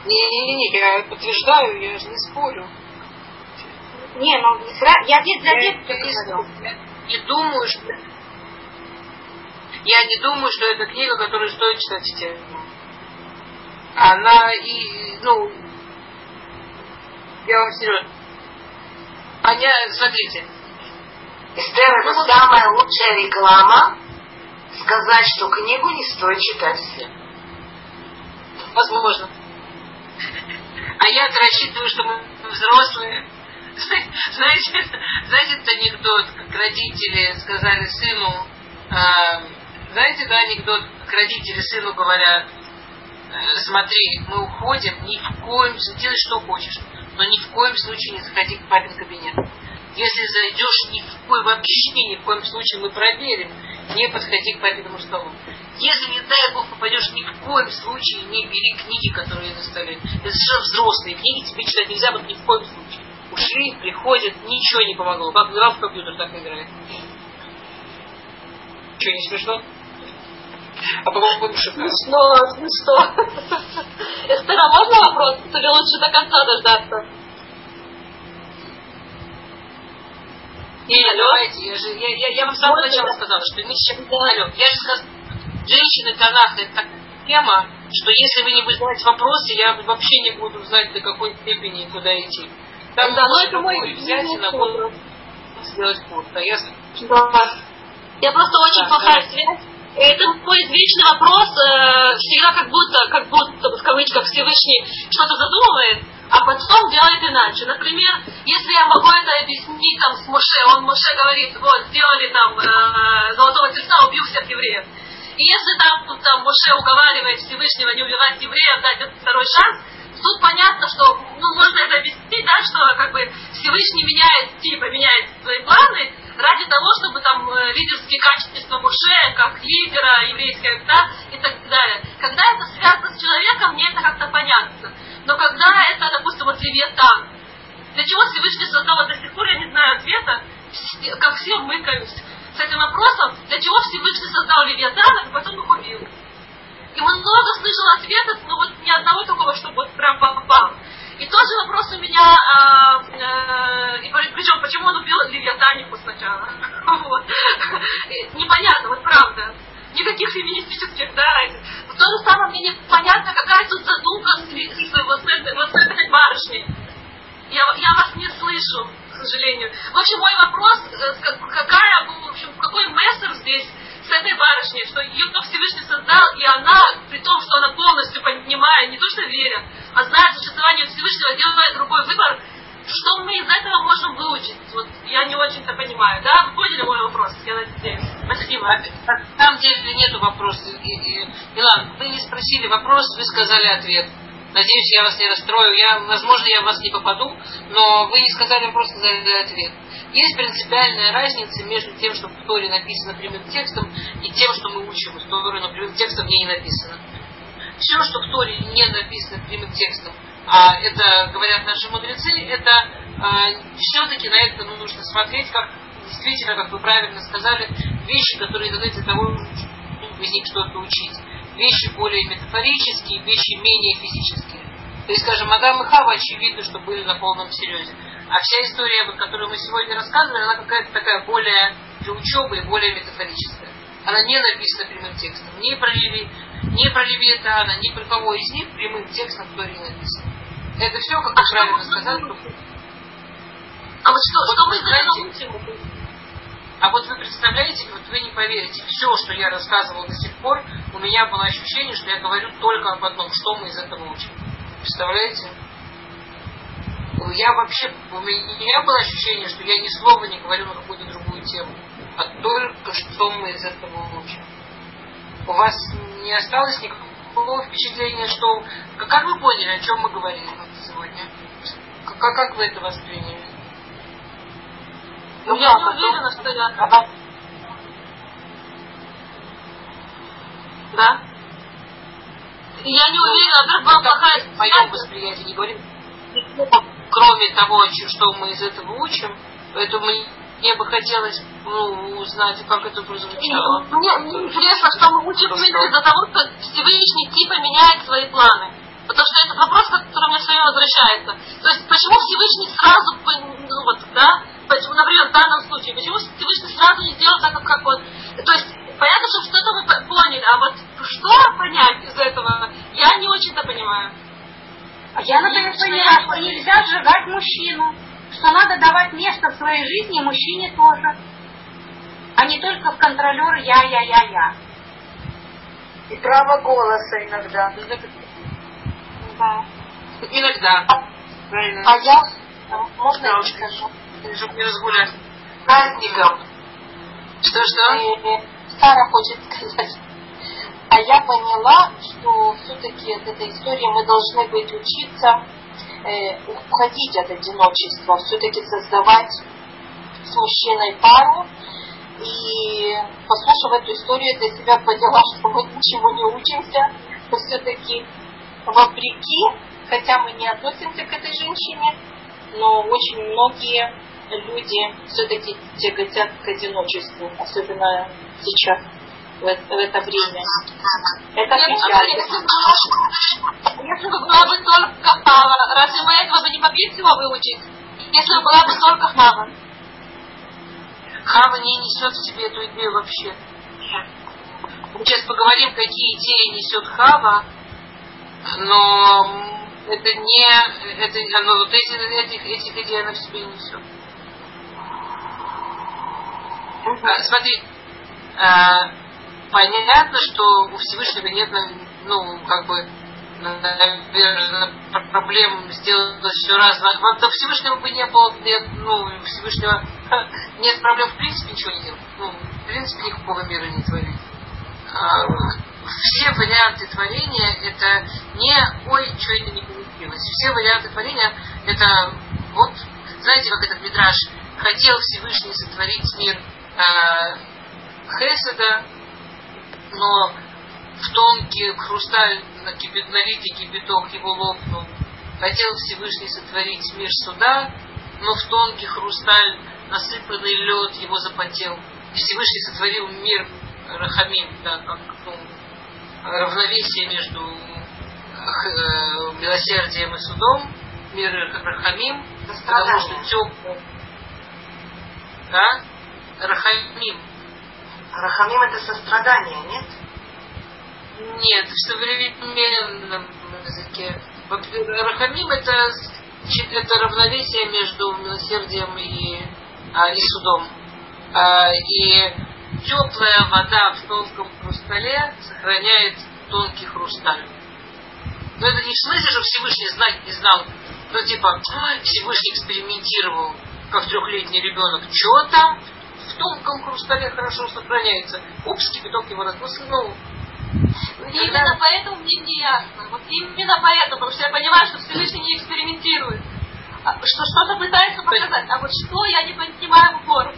Не, я подтверждаю, я же не спорю. Не, ну я для детства говорю. Я не думаю, что это книга, которую стоит читать детям. Она я вам серьезно. Смотрите. Эстер, это самая лучшая реклама сказать, что книгу не стоит читать всем. Возможно. А я-то рассчитываю, что мы взрослые. Знаете этот анекдот, как родители сказали сыну, знаете, да, анекдот, как родители сыну говорят, смотри, мы уходим, ни в коем случае, делай что хочешь, но ни в коем случае не заходи в папин кабинет. Если зайдешь, вообще ни в коем случае мы проверим, не подходи к папиному столу. Если, не дай Бог, попадешь, ни в коем случае не бери книги, которые на столе. Это совершенно взрослые книги, тебе читать нельзя, вот ни в коем случае. Ушли, приходят, ничего не помогло. Как играл в компьютер, так и играет. Что, не смешно? А по-моему, шикарно. Смешно. Эстер, а можно вопрос? Или лучше до конца дождаться? Давайте, я вам с самого начала сказала, что мы сейчас... Алло, я же сказала, женщины Танах это такая тема, что если вы не будете задавать вопросы, я вообще не буду знать, до какой степени и куда идти. Там это мой взять и на голову сделать курс. Да. Я просто очень плохая связь. Это мой извечный вопрос. Всегда как будто в кавычках Всевышний что-то задумывает, а потом делает иначе. Например, если я могу это объяснить там с Моше, Моше говорит, вот, сделали там золотого тельца, убил всех евреев. И если там Моше уговаривает Всевышнего не убивать евреев, дать этот второй шанс, тут понятно, что можно это объяснить, да, что как бы Всевышний меняет свои планы ради того, чтобы там лидерские качества Моше, как лидера еврейской, да, и так далее. Когда это связано с человеком, мне это как-то понятно. Но когда это, допустим, вот Левиатан, для чего Всевышний создал, до сих пор я не знаю ответа, как все мыкаюсь с этим вопросом, для чего Всевышний создал Левиатана, и потом их убил. И много слышал ответов, но вот ни одного такого, чтобы вот прям попал. И тот же вопрос у меня, причем почему он убил Левиатаниху сначала. Вот. Непонятно, вот правда. Никаких феминистических, да. В то же самое мне непонятно, какая тут задумка с этой барышней. Я вас не слышу, к сожалению. В общем, мой вопрос, какой месседж здесь с этой барышней, что ее Всевышний создал, и она, при том, что она полностью понимает, не то что веря, а знает существование Всевышнего, делает другой выбор, что мы из этого можем выучить? Вот я не очень-то понимаю, да? Вы поняли мой вопрос? Я надеюсь. Спасибо. На самом деле нету вопроса. Милан, вы не спросили вопрос, вы сказали ответ. Надеюсь, я вас не расстрою. Возможно, я в вас не попаду, но вы не сказали вопрос, сказали ответ. Есть принципиальная разница между тем, что в Торе написано прямым текстом, и тем, что мы учим из Торы, но прямым текстом не написано. Все, что в Торе не написано прямым текстом, а это, говорят наши мудрецы, это все-таки на это нужно смотреть, как действительно, как вы правильно сказали, вещи, которые даны для того, чтобы из них что-то учить. Вещи более метафорические, вещи менее физические. То есть, скажем, Адам и Хава очевидно, что были на полном серьезе. А вся история, которую мы сегодня рассказывали, она какая-то такая более для учебы и более метафорическая. Она не написана прямым текстом. Ни про Левиатана, ни про кого из них прямым текстом в Торе не написано. Это все, как вы правильно сказали. А вот что мы знаете? А вот вы представляете, вот вы не поверите, все, что я рассказывала до сих пор, у меня было ощущение, что я говорю только об одном, что мы из этого учим. Представляете? У меня было ощущение, что я ни слова не говорю на какую-то другую тему, а только что мы из этого учим. У вас не осталось никакого впечатления, что... Как вы поняли, о чем мы говорили сегодня? Как вы это восприняли? Я не уверена, что я... Да? Я не уверена, вдруг вам плохая... В моем восприятии не говорим, кроме того, что мы из этого учим, поэтому мне бы хотелось узнать, как это прозвучало. Мне интересно, что мы учим из-за того, что Всевышний типа меняет свои планы. Потому что это вопрос, который мне все время возвращается. То есть, почему Всевышний сразу, ну вот, да, почему, например, в данном случае, почему Всевышний сразу не сделал так, как он. То есть, понятно, что что-то мы поняли, а вот что понять из этого, я не очень-то понимаю. Я, например, поняла, что нельзя сжигать мужчину, что надо давать место в своей жизни мужчине тоже, а не только в контролер я. И право голоса иногда. Да. Иногда. Правильно. А я, можно я скажу? Чтобы не разгулять. Праздником. Что? Сара хочет сказать. А я поняла, что все-таки от этой истории мы должны быть учиться уходить от одиночества, все-таки создавать с мужчиной пару. И послушав эту историю, я для себя поняла, что мы ничего не учимся, но все-таки вопреки, хотя мы не относимся к этой женщине, но очень многие люди все-таки тяготят к одиночеству, особенно сейчас, в это время. Это печально. Если бы была бы только Хава, разве мы этого бы не могли всего выучить? Если бы была бы только Хава. Хава не несет в себе эту идею вообще. Мы сейчас поговорим, какие идеи несет Хава, но это не... вот этих идей она в себе не несет. Смотри, понятно, что у Всевышнего нет, наверное, проблем сделать все разное. До Всевышнего бы не было, у Всевышнего нет проблем в принципе ничего не делать. В принципе никакого мира не творить. Все варианты творения это не что это не получилось. Все варианты творения это вот, знаете, как этот мидраш, хотел Всевышний сотворить мир Хеседа, но в тонкий хрусталь налитый кипяток его лопнул. Хотел Всевышний сотворить мир суда, но в тонкий хрусталь насыпанный лед его запотел. Всевышний сотворил мир Рахамим, равновесие между милосердием и судом, мир Рахамим, потому что теплый. Да? Рахамим. Рахамим это сострадание, нет? Нет, в современном языке. Рахамим это равновесие между милосердием и судом. И теплая вода в тонком хрустале сохраняет тонкий хрусталь. Но это не в смысле, что Всевышний знать не знал. Всевышний экспериментировал, как 3-летний ребенок. Что там в тонком хрустале хорошо сохраняется? Упс, кипяток его размыслил. Именно поэтому мне не ясно. Вот именно поэтому, потому что я понимаю, что Всевышний не экспериментирует. Что что-то пытается показать. А вот что, я не понимаю в упор.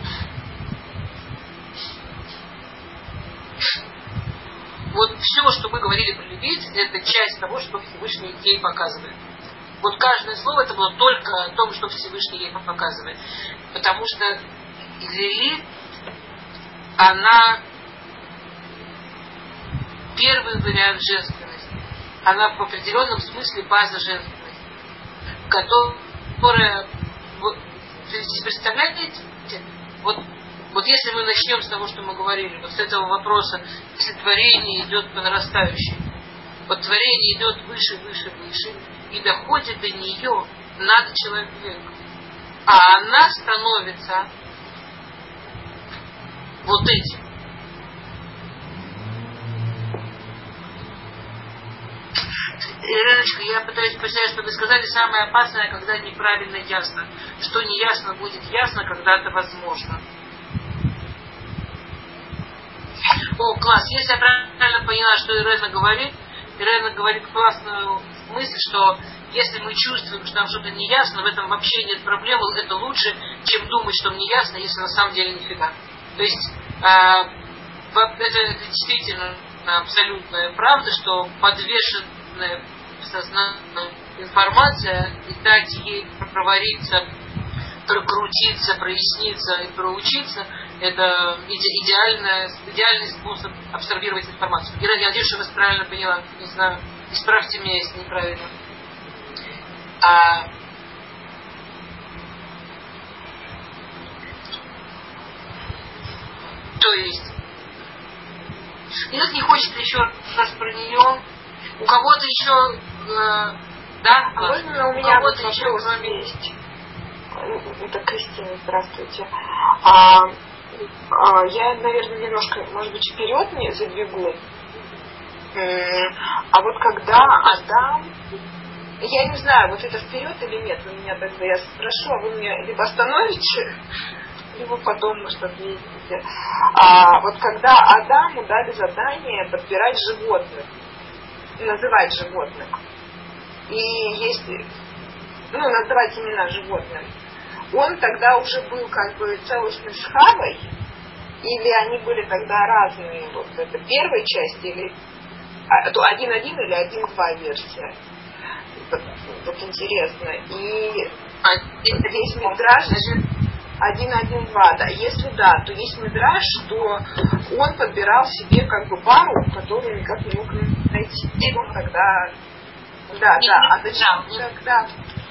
Вот все, что мы говорили про Лилит, это часть того, что Всевышний ей показывает. Вот каждое слово это было только о том, что Всевышний ей показывает. Потому что Лилит, она первый вариант женственности. Она в определенном смысле база женственности, которая... Вот, представляете? Вот если мы начнем с того, что мы говорили, вот с этого вопроса, если творение идет по нарастающей, вот творение идет выше, и доходит до нее над человеком, а она становится вот этим. Ириночка, я пытаюсь представить, что вы сказали, самое опасное, когда неправильно ясно. Что неясно будет ясно, когда это возможно. О, класс. Если я правильно поняла, что Ирена говорит классную мысль, что если мы чувствуем, что нам что-то не ясно, в этом вообще нет проблем, это лучше, чем думать, что мне ясно, если на самом деле нифига. То есть это действительно абсолютная правда, что подвешенная в сознании информация и дать ей провариться, прокрутиться, проясниться и проучиться, это идеальный способ абсорбировать информацию. Ира, я надеюсь, что я вас правильно поняла. Не знаю, Исправьте меня, если неправильно. То есть, если не хочет еще раз про нее, у кого-то еще, да? А можно у меня вот вопрос есть? Это Кристина, здравствуйте. Я, наверное, немножко, может быть, вперед не забегу. А вот когда Адам, я не знаю, вот это вперед или нет, вы меня тогда, я спрошу, а вы меня либо остановите, либо потом, может, ответите. Вот когда Адаму дали задание подбирать животных, называть животных, и есть, называть имена животным, он тогда уже был как бы целостный с Хавой, или они были тогда разные, вот это первая часть, или 1.1 или 1.2 версия. Вот интересно. И есть мидраш 1.1.2, да. Если да, то есть мидраш, что он подбирал себе как бы пару, которую никак не мог найти. И он тогда... Да. А зачем тогда...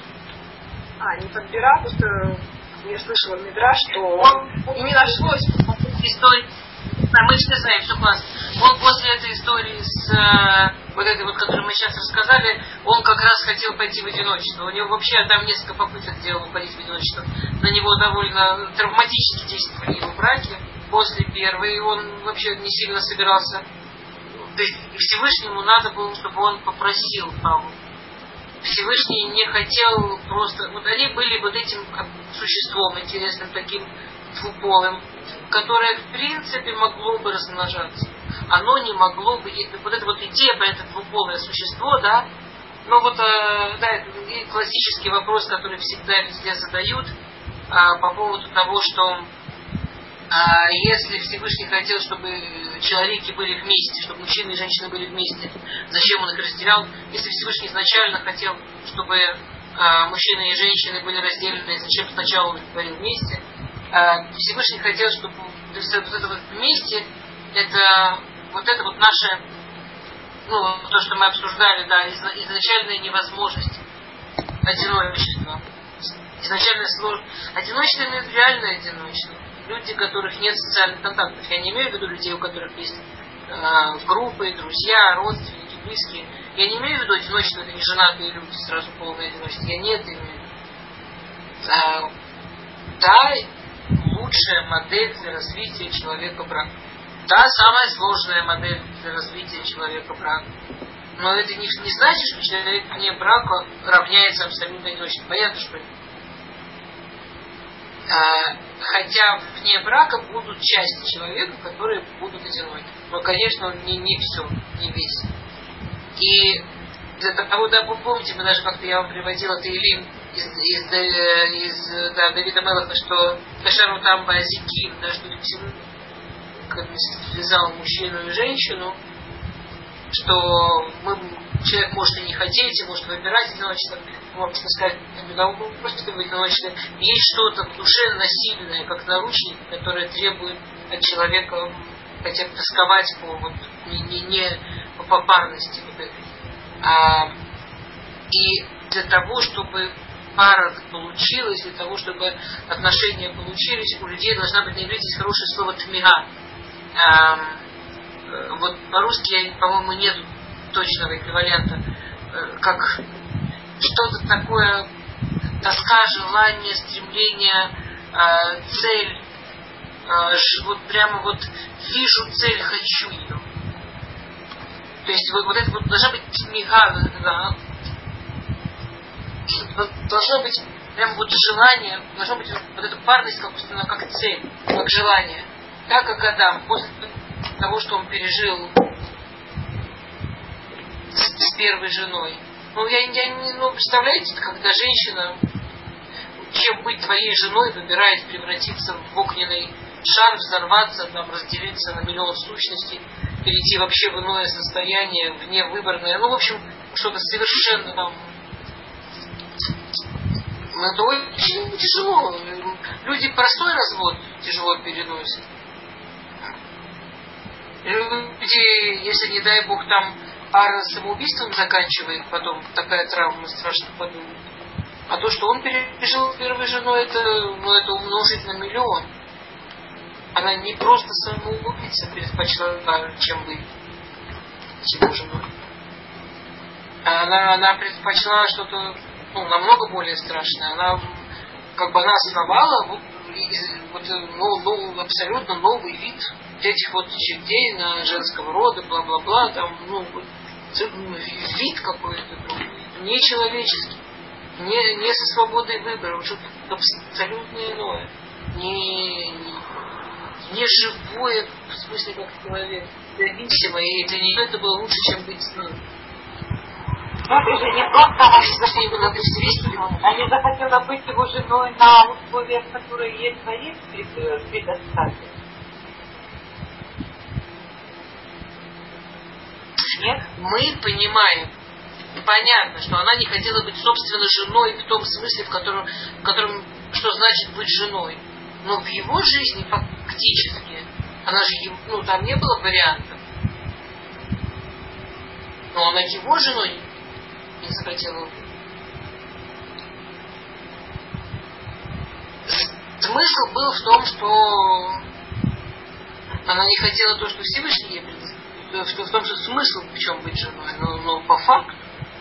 не подбирал, просто я слышала мидраш, что он не нашлось истории. Мы все знаем, что классно. Он после этой истории с вот этой вот, которую мы сейчас рассказали, он как раз хотел пойти в одиночество. У него вообще там несколько попыток делал уходить в одиночество. На него довольно травматически действовали его браки. После первой он вообще не сильно собирался. То есть Всевышнему надо было, чтобы он попросил Хаву. Всевышний не хотел просто... Вот они были вот этим существом интересным, таким двуполым, которое в принципе могло бы размножаться. Оно не могло бы... Вот эта вот идея про это двуполое существо, да, но вот, да, это классический вопрос, который всегда везде задают по поводу того, что если Всевышний хотел, чтобы человеки были вместе, чтобы мужчины и женщины были вместе, зачем он их разделял? Если Всевышний изначально хотел, чтобы мужчины и женщины были разделены, зачем сначала он их говорил вместе? Всевышний хотел, чтобы вот это вот вместе, это вот наше, то, что мы обсуждали, да, изначальная невозможность одиночества. Изначальная сложность. Одиночество имеет реальное одиночество. Люди, у которых нет социальных контактов. Я не имею в виду людей, у которых есть группы, друзья, родственники, близкие. Я не имею в виду одиночество, это не женатые люди, сразу полное одиночество. Я не это имею в виду. Да, лучшая модель для развития человека брак. Да, самая сложная модель для развития человека брак. Но это не значит, что человек вне брака равняется абсолютно одиночеству. Понятно, что хотя вне брака будут части человека, которые будут одиноки. Но, конечно, не все, не весь. И для того, да, вы помните, мы даже как-то я вам приводила Таилим из Давида Мелаха, что Кашару там Базиким, да, что связал мужчину и женщину, что человек может и не хотеть, и может выбирать одиночество, можно сказать, просто в одиночестве. Есть что-то в душе насильное, как наручник, которое требует от человека хотя бы тосковать по парности вот этой. И для того, чтобы пара получилась, для того, чтобы отношения получились, у людей должна быть, на иврите есть хорошее слово тмига. Вот по-русски, по-моему, нет точного эквивалента, как что-то такое, тоска, желание, стремление, цель, вот прямо вот вижу цель, хочу ее. То есть вот это вот должна быть тмига, да. Должно быть прямо вот желание, должна быть вот эта парность как цель, как желание. Так как Адам, после того, что он пережил с первой женой. Представляете, когда женщина, чем быть твоей женой, выбирает превратиться в огненный шар, взорваться, там, разделиться на миллион сущностей, перейти вообще в иное состояние, вне выборное, в общем, что-то совершенно там. Это очень тяжело. Люди простой развод тяжело переносят. Люди, если, не дай бог, там самоубийством заканчивает потом, такая травма, страшно подумать. А то, что он пережил с первой женой, это умножить на миллион. Она не просто самоубийца предпочла, чем быть его женой. Она предпочла что-то намного более страшное. Она основала абсолютно новый вид этих частей на женского рода, бла-бла-бла, вид какой-то нечеловеческий, не со свободой выбора, что-то абсолютно иное, не живое, в смысле как человек, зависимое, и для нее это было лучше, чем быть с ним. Но ты же не просто она не захотела быть его женой на условиях, которые ей творец предоставил. Нет? Мы понимаем, понятно, что она не хотела быть собственно женой в том смысле, в котором что значит быть женой. Но в его жизни фактически, она же, там не было вариантов. Но она его женой не захотела. Смысл был в том, что она не хотела то, что Всевышний ей предоставил. В том, что смысл в чем быть женой, но по факту.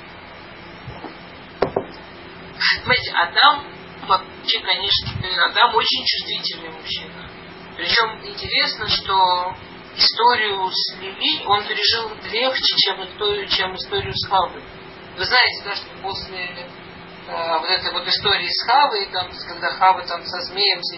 Понимаете, Адам вообще, конечно, Адам очень чувствительный мужчина. Причем интересно, что историю с Лили он пережил легче, чем историю с Хавой. Вы знаете, да, что после этой истории с Хавой, когда Хава со змеем, с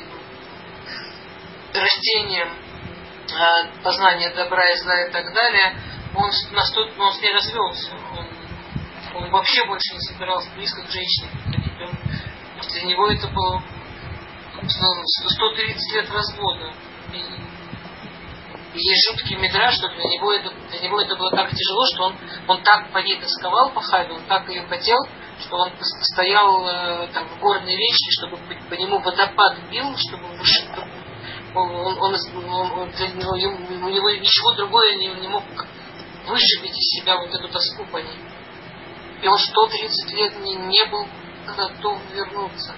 растением познания добра и зла и так далее, он с ней развелся. Он вообще больше не собирался близко к женщине подходить. Для него это было 130 лет развода. И есть жуткий мидраш, что для него это было так тяжело, что он так по ней тосковал, по Хаве, он так ее хотел, что он стоял в горной речке, чтобы по нему водопад бил, чтобы у него ничего другое не мог выживить из себя эту тоску по ней. И он 130 лет не был готов вернуться.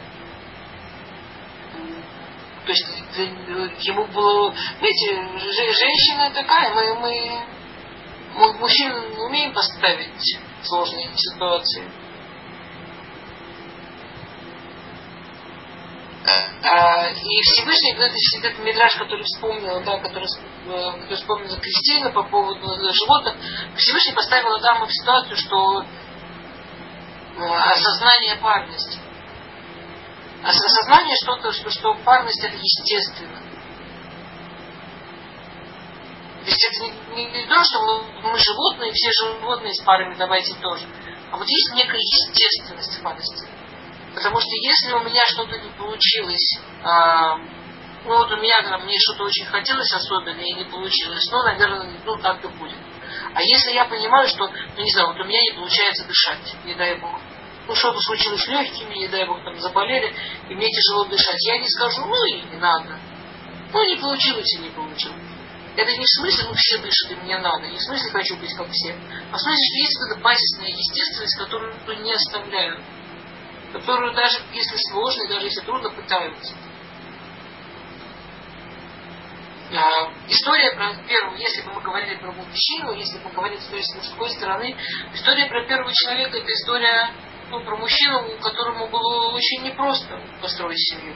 То есть ему было... Видите, женщина такая, мы мужчин умеем поставить сложные ситуации. И Всевышний, этот мидраш, который вспомнил, который вспомнил за Кристину по поводу животных, Всевышний поставил Адама в ситуацию, что осознание парности. Осознание что парность это естественно. То есть это не то, что мы животные, все животные с парами, давайте тоже. А вот есть некая естественность в парности. Потому что если у меня что-то не получилось, у меня мне что-то очень хотелось особенно и не получилось, наверное, так и будет. А если я понимаю, что, у меня не получается дышать, не дай Бог. Что-то случилось с легкими, не дай Бог, заболели, и мне тяжело дышать. Я не скажу, и не надо. Не получилось и не получилось. Это не в смысле, все дышат, и мне надо. Не в смысле хочу быть как все. А в смысле, что есть эта базисная естественность, которую не оставляют. Которую даже если сложно, и даже если трудно, пытаются. История про первого, если бы мы говорили про мужчину, если бы мы говорили с мужской стороны, история про первого человека, это история про мужчину, которому было очень непросто построить семью.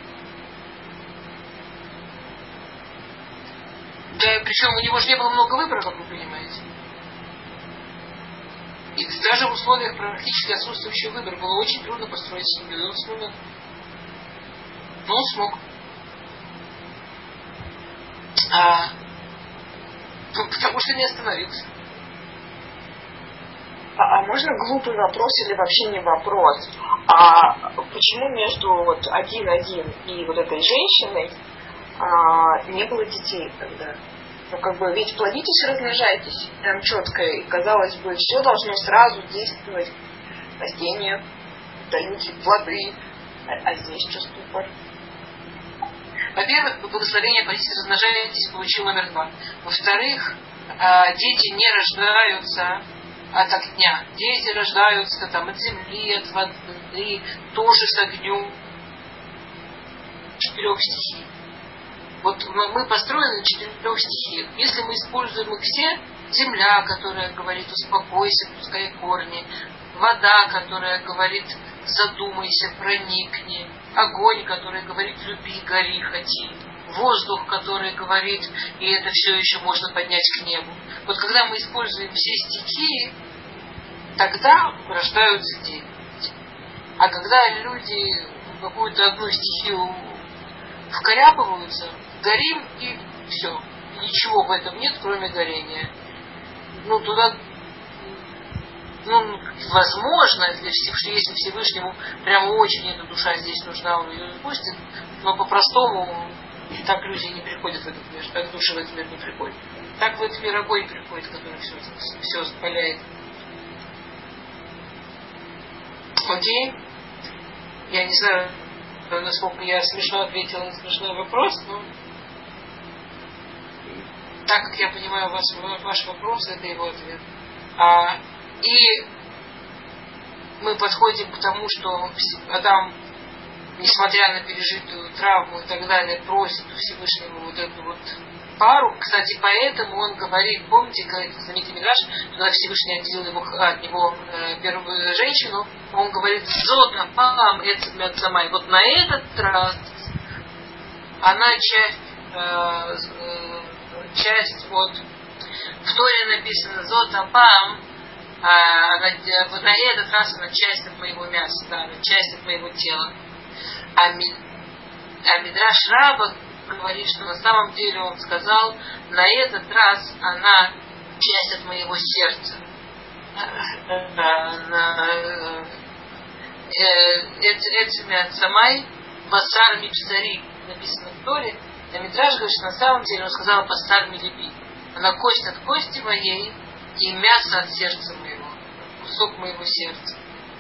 Да, причем у него же не было много выбора, как вы понимаете. И даже в условиях практически отсутствующего выбора было очень трудно построить семью. И он смог. Но он смог. Потому что не остановился. А можно глупый вопрос или вообще не вопрос? А почему между 1-1 и этой женщиной не было детей тогда? Ведь плодитесь, размножайтесь, прям четко, и казалось бы, все должно сразу действовать, растения дают плоды, а здесь что ступор? Во-первых, благословение плодитесь, размножайтесь получил номер 2. Во-вторых, дети не рождаются от огня. Дети рождаются там от земли, от воды, тоже с огнем. 4 стихий. Вот мы построены на 4 стихиях. Если мы используем их все, земля, которая говорит «успокойся, пускай корни», вода, которая говорит «задумайся, проникни», огонь, который говорит «люби, гори, хоти», воздух, который говорит «и это все еще можно поднять к небу». Вот когда мы используем все стихии, тогда рождаются дети. А когда люди в какую-то одну стихию вкорябываются, горим и все. Ничего в этом нет, кроме горения. Туда, возможно, если Всевышнему прямо очень эта душа здесь нужна, он ее спустит, но по-простому так люди не приходят в этот мир, так души в этот мир не приходят. Так в этот мир огонь приходит, который все спаляет. Окей? Я не знаю, насколько я смешно ответила на смешной вопрос, но так как я понимаю ваш вопрос, это его ответ. И мы подходим к тому, что Адам, несмотря на пережитую травму и так далее, просит у Всевышнего вот эту вот пару. Кстати, поэтому он говорит, помните, знаменитый мидраш, когда Всевышний отделил от него первую женщину, он говорит: «Зота, пам, эцмят самай». Вот на этот раз она часть вот в Торе написано «Зота, пам», вот на этот раз она часть от моего мяса, да, часть от моего тела. А Мидраш Раба говорит, что на самом деле он сказал: на этот раз она часть от моего сердца. Эцемят самай басар мипсари написано в Торе. А Мидраш говорит, что на самом деле он сказал басар милиби. Она кость от кости моей и мясо от сердца моего, кусок моего сердца.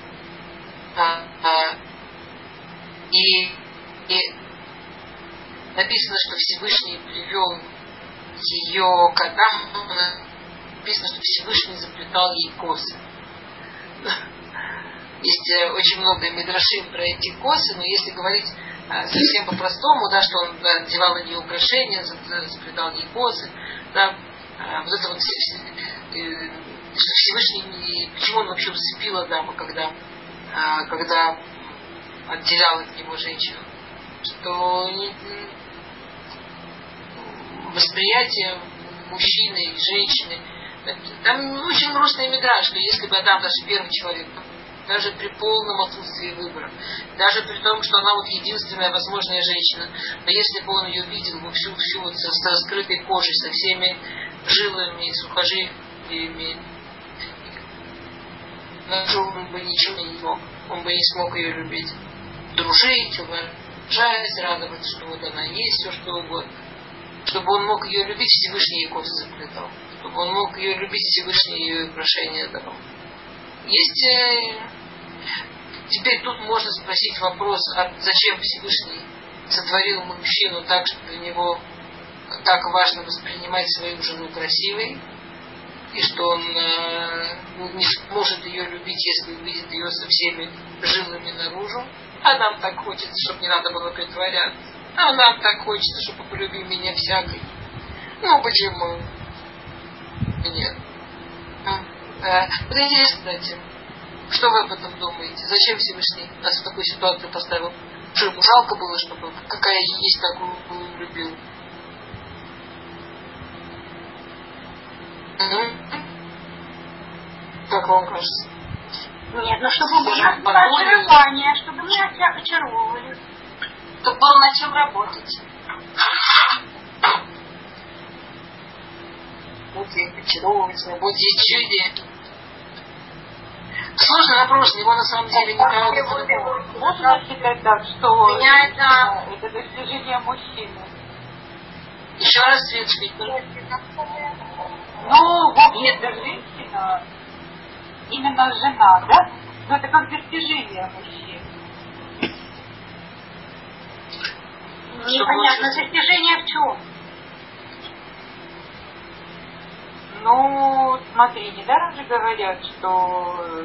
И написано, что Всевышний привел ее к Адаму, написано, что Всевышний заплетал ей косы. Есть очень много мидрашим про эти косы, но если говорить совсем по-простому, да, что он надевал на нее украшения, заплетал ей косы, да, вот это вот, что Всевышний, почему он вообще усыпил Адама, когда отделял от него женщину, что восприятие мужчины и женщины, там очень грустный мидраш, что если бы Адам, даже первый человек, даже при полном отсутствии выбора, даже при том, что она вот единственная возможная женщина, но если бы он ее видел всю вот с раскрытой кожей, со всеми жилами и сухожилиями, он бы ничего не мог, он бы не смог ее любить, дружить, уважать, радоваться, что вот она есть, все что угодно. Чтобы он мог ее любить, Всевышний ей косы заплетал. Чтобы он мог ее любить, Всевышний ее украшения давал. Есть... Теперь тут можно спросить вопрос, а зачем Всевышний сотворил мужчину так, что для него так важно воспринимать свою жену красивой, и что он не сможет ее любить, если увидит ее со всеми жилами наружу. А нам так хочется, чтобы не надо было притворяться. А нам так хочется, чтобы полюби меня всякой. Ну почему? Нет. Вот интересно, кстати, что вы об этом думаете? Зачем Всевышний нас в такую ситуацию поставил? Что ему жалко было, чтобы какая есть, такую любил? Как вам кажется? Нет, но чтобы у нас было очарование, чтобы мы очаровывали. Чтобы было над чем работать. Вот и очаровывать, работать, чуде. Сложный вопрос, него на самом деле неправильно по-любому. Можно считать так, что меня это достижение мужчины? Еще раз, Светочка. Ну, вообще-то женщина, именно жена, да? Но это как достижение мужчины. Непонятно, достижение в чем? Ну, смотри, недаром же говорят, что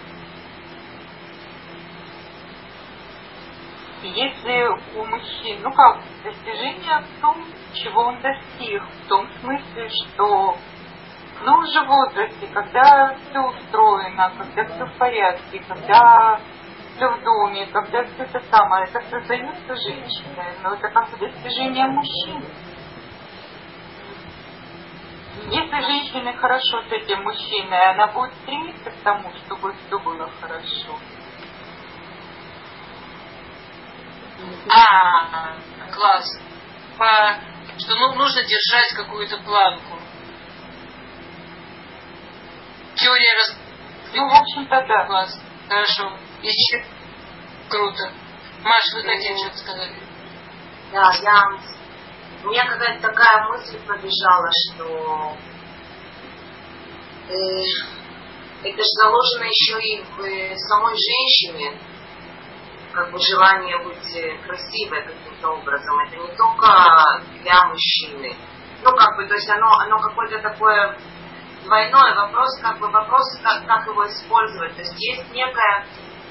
если у мужчин, ну как, достижение в том, чего он достиг, в том смысле, что ну, уже в возрасте, когда все устроено, когда все в порядке, когда все в доме, когда все это самое, это создается женщиной, но это как бы достижение мужчины. Если женщине хорошо с этим мужчиной, она будет стремиться к тому, чтобы все было хорошо. Класс. Что нужно держать какую-то планку. Теория Ну, в общем-то, да. Класс. Хорошо. Еще круто. Маш, вы хотели что-то сказать? Да, у меня какая-то такая мысль пробежала, что это же заложено еще и в самой женщине, как бы желание быть красивой каким-то образом. Это не только для мужчины. Ну, как бы, то есть оно какое-то такое двойной вопрос, как как его использовать. То есть есть некая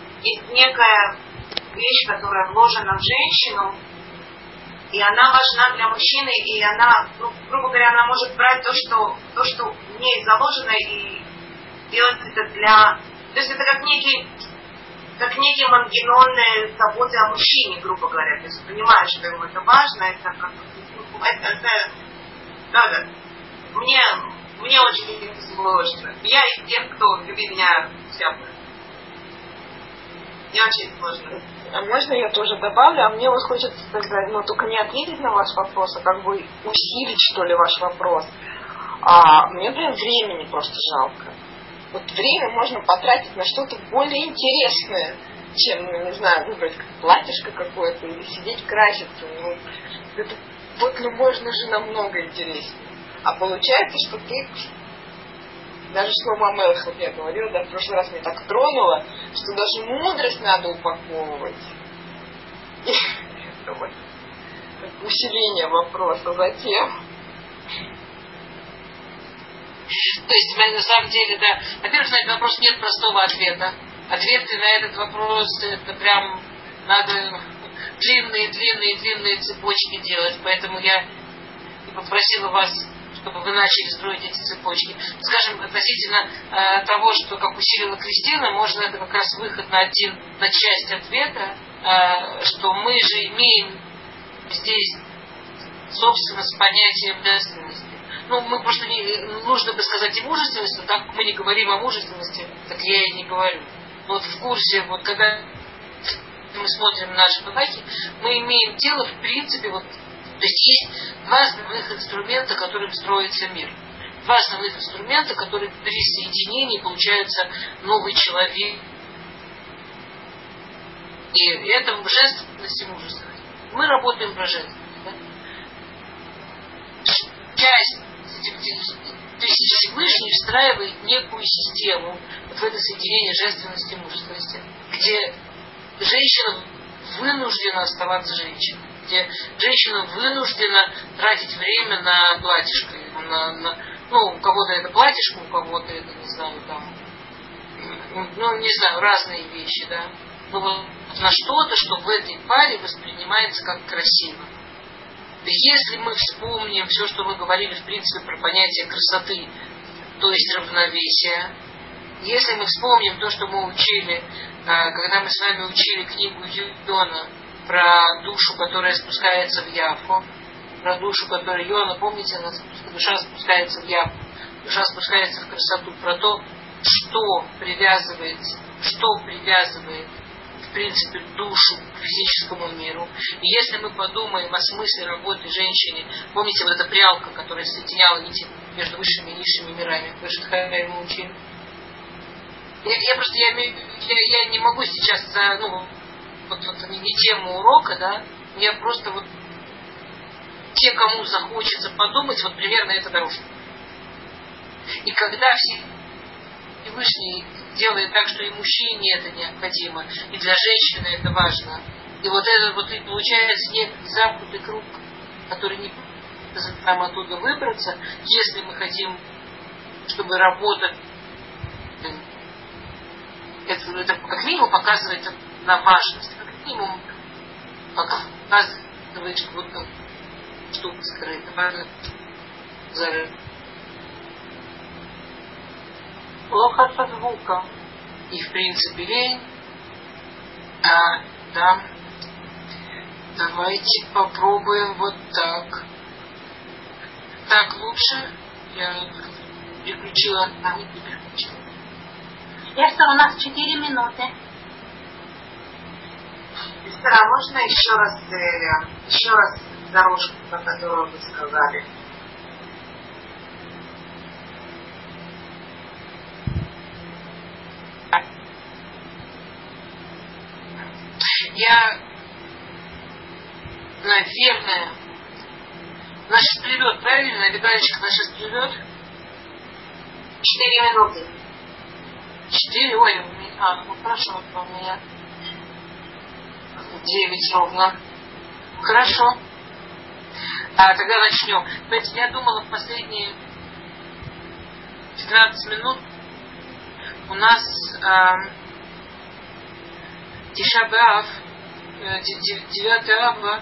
вещь, которая вложена в женщину, и она важна для мужчины, и она, грубо говоря, она может брать то, что в ней заложено, и делать это для... То есть это как некий мангенон заботы о мужчине, грубо говоря. То есть понимаешь, что ему это важно, это как... Да. Мне очень сложно. Я из тех, кто любит меня всякое. Мне очень сложно. А можно я тоже добавлю? А мне вот хочется сказать, только не ответить на ваш вопрос, а как бы усилить, что ли, ваш вопрос. Мне, времени просто жалко. Вот время можно потратить на что-то более интересное, чем, не знаю, выбрать платьишко какое-то или сидеть краситься. Можно же намного интереснее. А получается, что ты... Даже Шломо Амелех, я говорила, в прошлый раз меня так тронуло, что даже мудрость надо упаковывать. Это вот усиление вопроса затем. То есть, на самом деле, да. Во-первых, на этот вопрос нет простого ответа. Ответы на этот вопрос, это прям надо длинные цепочки делать. Поэтому я и попросила вас, чтобы вы начали строить эти цепочки. Скажем, относительно того, что как усилила Кристина, можно это как раз выход на часть ответа, что мы же имеем здесь собственность понятия мужественности. Мы просто нужно бы сказать и мужественность, но так как мы не говорим о мужественности, так я и не говорю. Вот в курсе, когда мы смотрим наши бабахи, мы имеем дело, в принципе, то есть есть два основных инструмента, которым строится мир. Два основных инструмента, которые при соединении получается новый человек. И это женственность и мужественность. Мы работаем про женственность. Да? Часть, то есть Всевышний встраивает некую систему в это соединение женственности и мужественности, где женщина вынуждена оставаться женщиной, где женщина вынуждена тратить время на платьишко, у кого-то это платьишко, у кого-то это, не знаю, разные вещи, да. На что-то, что в этой паре воспринимается как красиво. Если мы вспомним все, что мы говорили, в принципе, про понятие красоты, то есть равновесия, если мы вспомним то, что мы учили, когда мы с вами учили книгу Йона про душу, которая спускается в Яфу, про душу, которая Йона, помните, душа спускается в Яфу, душа спускается в красоту, про то, что привязывает в принципе душу к физическому миру. И если мы подумаем о смысле работы женщины, помните эта прялка, которая соединяла нити между высшими и низшими мирами, вы же мы учили. Я не могу сейчас не тему урока, да, я просто те, кому захочется подумать, примерно эта дорожка. И когда Всевышний делает так, что и мужчине это необходимо, и для женщины это важно. И и получается некий замкнутый круг, который не позволяет нам оттуда выбраться, если мы хотим чтобы работать. Это как минимум показывает на важность, как минимум показывает, что вот штука скрыта, важно Плохо со звуком. И в принципе лень. Да. Давайте попробуем вот так. Так лучше. Я переключила. Не переключила. Эстер, у нас 4 минуты. Эстер, а можно еще раз дорожку, про которую вы сказали? Я, наверное, наш прилет, правильно? Виталичка, наш прилет? 4 минуты. 4? Ой, у меня... ну хорошо, у меня 9 ровно. Хорошо. Тогда начнем. Знаете, я думала в последние 15 минут у нас Тиша Б'Ав, 9 ава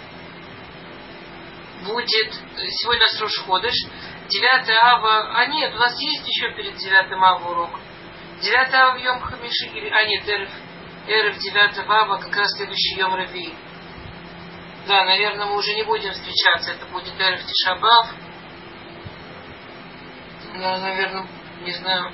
будет, сегодня у нас Рош Ходеш, 9 ава, нет, у нас есть еще перед 9 ава урок. 9 ава Йом Хамиши, нет, Эрев 9 ава, как раз следующий Йом Рави. Да, наверное, мы уже не будем встречаться, это будет Эрев Тиша Б'Ав. Да, наверное, не знаю.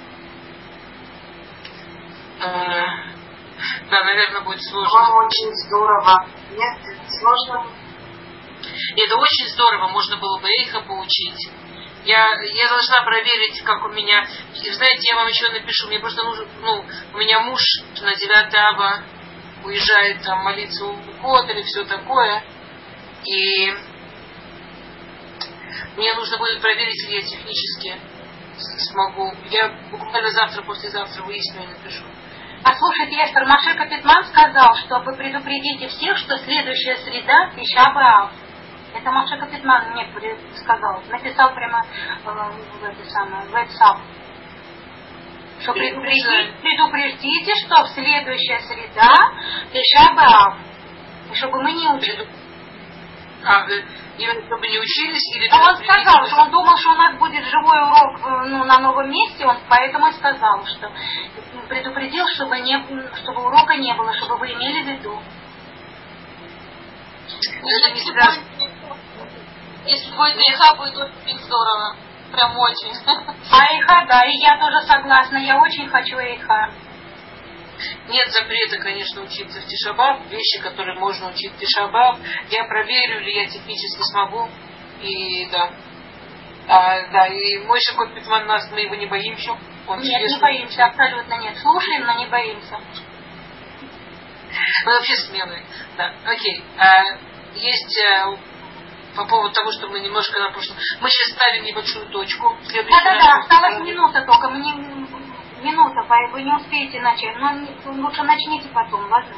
Да, наверное, будет сложно. По-моему, очень здорово. Нет, это сложно. Это очень здорово, можно было бы Эйха поучить. Я должна проверить, как у меня... Знаете, я вам еще напишу, мне просто нужен... у меня муж на 9 ава уезжает там молиться у кот или все такое. И мне нужно будет проверить, или я технически смогу. Я буквально завтра, послезавтра выясню и напишу. Послушайте, Эстер, Моше Капитман сказал, что вы предупредите всех, что следующая среда Тиша Б'Ав. Это Моше Капитман мне сказал. Написал прямо в WhatsApp. Что предупредите, что в следующая среда Тиша Б'Ав. И чтобы мы не учили. Именно чтобы не учились? Или он сказал, что он думал, что у нас будет живой урок на новом месте, он поэтому и сказал, что предупредил, чтобы урока не было, чтобы вы имели в виду. Если будет Эйха, будет очень здорово. Прям очень. Эйха, да, и я тоже согласна, я очень хочу Эйха. Нет запрета, конечно, учиться в Тиша Б'Ав. Вещи, которые можно учить в Тиша Б'Ав. Я проверю, ли я технически смогу. И да. Да, и мой Шакот Питман нас, мы его не боимся. Нет, не боимся, абсолютно нет. Слушаем, но не боимся. Мы вообще смелые. Да, окей. Есть по поводу того, что мы немножко на прошлом... Мы сейчас ставим небольшую точку. Да, осталась минута только. Минута, вы не успеете начать. Но лучше начните потом, ладно?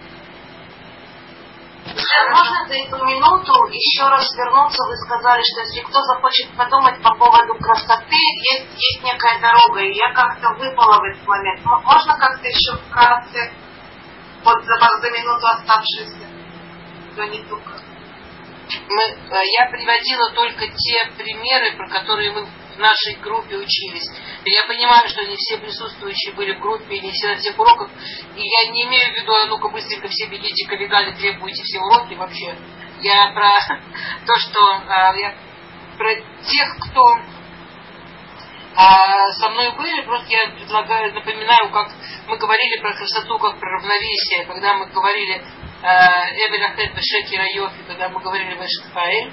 Можно за эту минуту еще раз вернуться? Вы сказали, что если кто захочет подумать по поводу красоты, есть некая дорога, и я как-то выпала в этот момент. Можно как-то еще вкратце, вот за минуту оставшуюся, до не только. Я приводила только те примеры, про которые мы в нашей группе учились. И я понимаю, что не все присутствующие были в группе, и не все на всех уроках. И я не имею в виду, ну-ка быстренько все бегите к Авигале, требуйте все уроки вообще. Я про то, что я про тех, кто со мной были, просто я напоминаю, как мы говорили про красоту, как про равновесие, когда мы говорили Эвелахет Бешеки Райофи, когда мы говорили Бешетхаэль,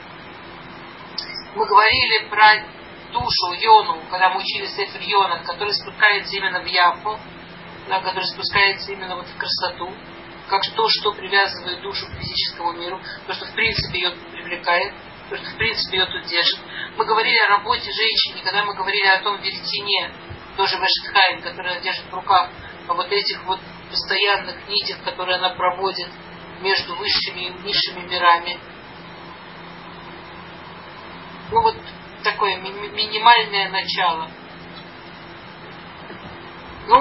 мы говорили про душу Йону, когда мы учили Сефер Йона, который спускается именно в Яфу, да, который спускается именно вот в красоту, как то, что привязывает душу к физическому миру, то, что в принципе ее привлекает, то, что в принципе ее тут держит. Мы говорили о работе женщины, когда мы говорили о том веретене, тоже Бешетхаэль, который держит в руках, о вот этих вот постоянных нитях, которые она проводит между высшими и низшими мирами. Ну вот такое минимальное начало. Ну,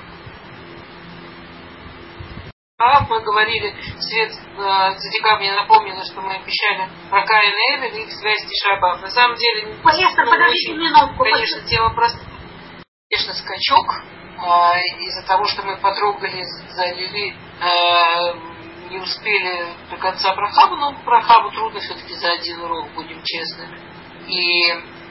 мы говорили, Свет Задика мне напомнила, что мы обещали про Каина и Эвеля и их связь с Тишабав. На самом деле, Подождите минутку. Конечно, тема просто, конечно, скачок. Из-за того, что мы потрогали за Лили, не успели до конца про Хаву, но про Хаву трудно все-таки за один урок, будем честны. И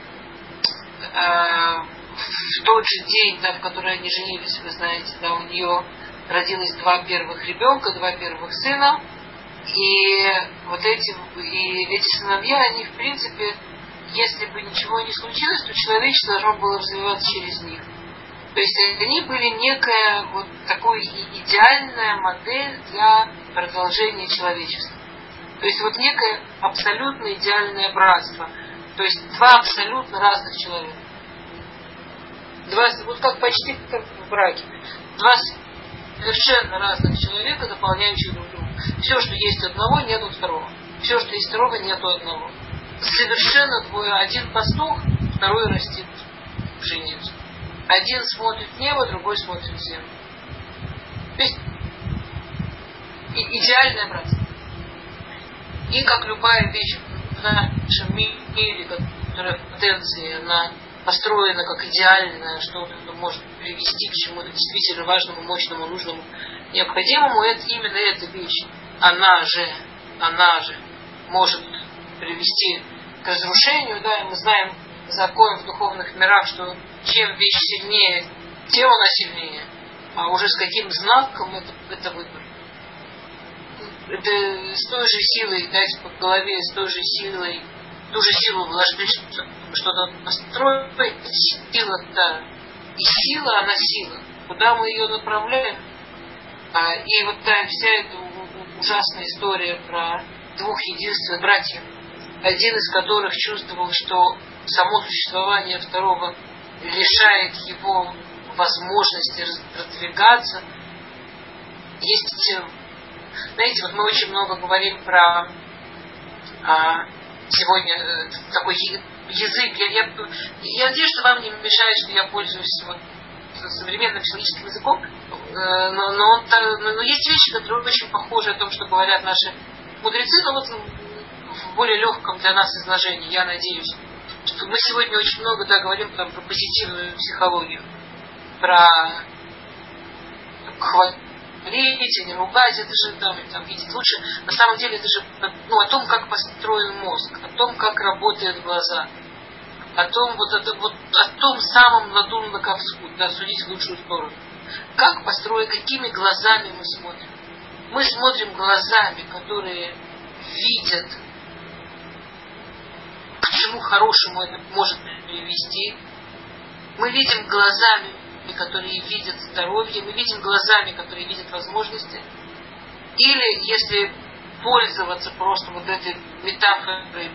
в тот же день, да, в который они женились, вы знаете, да, у нее родилось 2 первых ребенка, 2 первых сына. И вот эти сыновья, они, в принципе, если бы ничего не случилось, то человечество должно было развиваться через них. То есть они были некая вот такая идеальная модель для продолжения человечества. То есть вот некое абсолютно идеальное братство. То есть 2 абсолютно разных человека. Вот как почти как в браке. 2 совершенно разных человека, дополняющих друг друга. Все, что есть у одного, нет у второго. Все, что есть у второго, нет у одного. Совершенно двое. Один пастух, второй растит пшеницу. Один смотрит в небо, другой смотрит в землю. То есть идеальное братство. И как любая вещь в нашем мире, которая в потенции, она построена как идеальное, что-то может привести к чему-то действительно важному, мощному, нужному, необходимому, это именно эта вещь. Она же может привести к разрушению, да, и мы знаем закон в духовных мирах, что чем вещь сильнее, тем она сильнее, а уже с каким знаком это выбор. Это с той же силой дать по голове, с той же силой, ту же силу вложить, что-то построить, сила, да. И сила, она сила. Куда мы ее направляем? И вот вся эта ужасная история про 2 единственных братьев, один из которых чувствовал, что само существование второго лишает его возможности продвигаться. Есть, знаете, вот мы очень много говорим про сегодня такой язык. Я надеюсь, что вам не мешает, что я пользуюсь вот современным психологическим языком, но есть вещи, которые очень похожи о том, что говорят наши мудрецы, но вот в более легком для нас изложении, я надеюсь, что мы сегодня очень много говорим про позитивную психологию, про хвалить, а не ругать, это же там видеть лучше. На самом деле это же о том, как построен мозг, о том, как работают глаза, о том самом ладун лаковскут, да, судить в лучшую сторону. Как построить, какими глазами мы смотрим? Мы смотрим глазами, которые видят, к чему хорошему это может привести. Мы видим глазами, которые видят здоровье, мы видим глазами, которые видят возможности. Или, если пользоваться просто вот этой метафорой,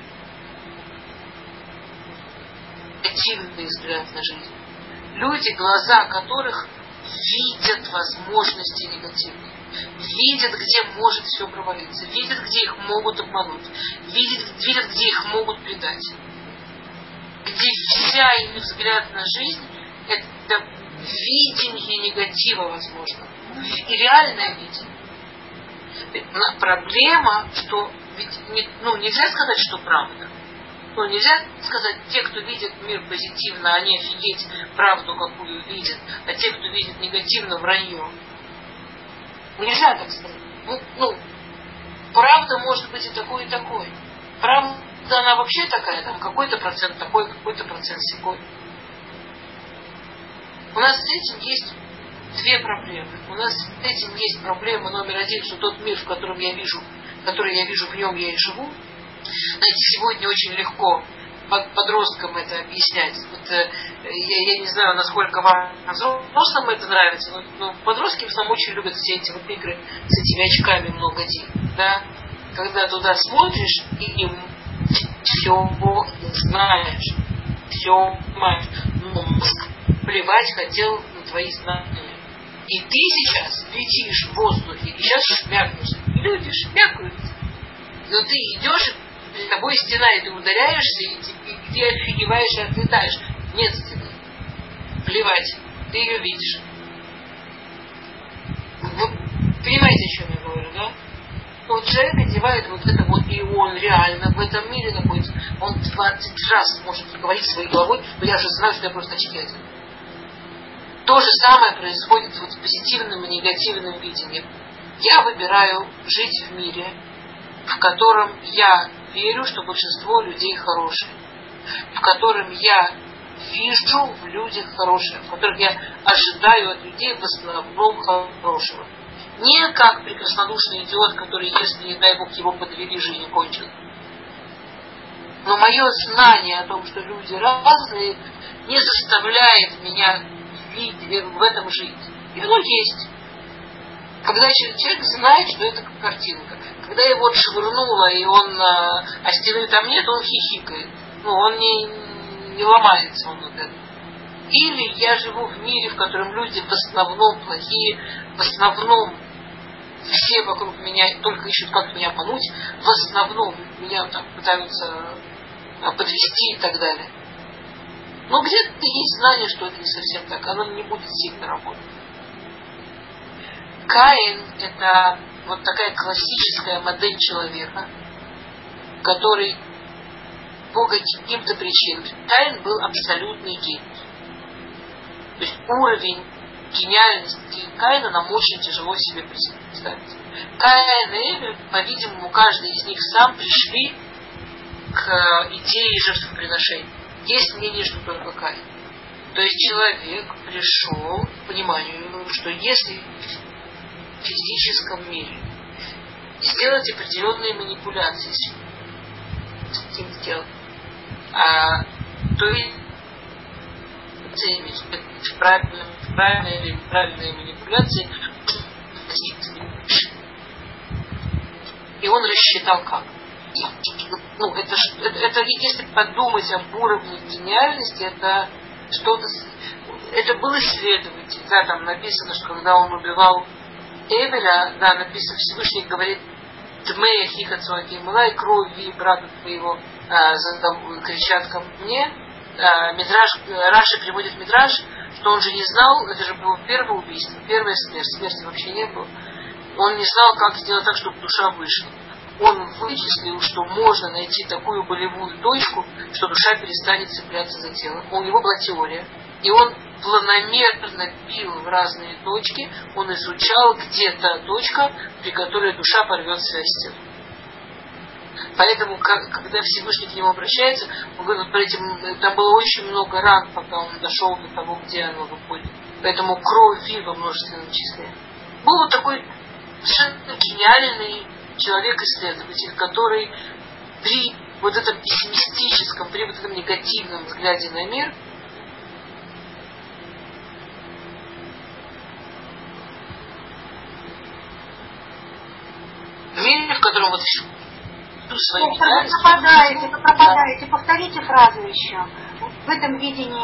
негативный взгляд на жизнь. Люди, глаза которых видят возможности негативные, видят, где может все провалиться, видят, где их могут обмануть, видят, где их могут предать, где вся их взгляд на жизнь — это видение негатива, возможно, и реальное видение. Проблема, что ведь нельзя сказать, что правда. Нельзя сказать, те, кто видит мир позитивно, они офигеть правду, какую видят, а те, кто видит негативно, вранье. Нельзя так сказать. Правда может быть и такой, и такой. Правда, она вообще такая, там какой-то процент такой, какой-то процент сякой. У нас с этим есть 2 проблемы. У нас с этим есть проблема номер 1, что тот мир, который я вижу, в нем я и живу. Знаете, сегодня очень легко подросткам это объяснять. Я не знаю, насколько вам взрослым это нравится, но подростки в основном очень любят все эти вот игры с этими очками много дней. Да? Когда туда смотришь и все знаешь, все понимаешь, но мозг плевать хотел на твои знания. И ты сейчас летишь в воздухе, и сейчас шмякнешься. Люди шмякаются. Но ты идешь, перед тобой стена, и ты ударяешься, и ты офигеваешь и отлетаешь. Нет стены. Плевать. Ты ее видишь. Вы понимаете, о чем я говорю, да? Вот человек одевает вот это вот, и он реально в этом мире находится. Он 20 раз может говорить своей головой, но я же знаю, что я просто очки одену. То же самое происходит вот с позитивным и негативным видением. Я выбираю жить в мире, в котором я верю, что большинство людей хорошие, в котором я вижу в людях хорошее, в которых я ожидаю от людей в основном хорошего. Не как прекраснодушный идиот, который, если, не дай Бог, его подвели, жизнь кончил. Но мое знание о том, что люди разные, не заставляет меня в этом жить. И оно есть. Когда человек знает, что это как картинка. Когда его отшвырнуло, и он, а стены там нет, он хихикает. Ну, он не ломается он от этого. Или я живу в мире, в котором люди в основном плохие, в основном все вокруг меня только ищут, как меня обмануть, в основном меня там пытаются подвести и так далее. Но где-то есть знание, что это не совсем так, оно не будет сильно работать. Каин – это вот такая классическая модель человека, который по каким-то причинам. Каин был абсолютный гений. То есть уровень гениальности Каина нам очень тяжело себе представить. Каин и Эвель, по-видимому, каждый из них сам пришли к идее жертвоприношения. Есть мнение, что только Каин. То есть человек пришел к пониманию, что если в физическом мире сделать определенные манипуляции с этим телом, то и правильные или неправильные манипуляции, и он рассчитал как. Ну, это если подумать об уровне гениальности, это что-то. Это был исследователь, да, там написано, что когда он убивал Эвеля, да, написано, Всевышний говорит: Тмея хихацуаки мылай, крови брата твоего кричат ко мне. Раши приводит Мидраш, что он же не знал, это же было первое убийство, первая смерть, смерти вообще не было. Он не знал, как сделать так, чтобы душа вышла. Он вычислил, что можно найти такую болевую точку, что душа перестанет цепляться за тело. У него была теория. И он планомерно бил в разные точки, он изучал, где та точка, при которой душа порвет связь с телом. Поэтому, когда Всевышний к нему обращается, он говорит, вот там было очень много ран, пока он дошел до того, где оно выходит. Поэтому крови во множественном числе. Был вот такой совершенно гениальный человек-исследователь, который при вот этом пессимистическом, при вот этом негативном взгляде на мир в мире, в котором вот вы пропадаете. Повторите фразу еще. В этом видении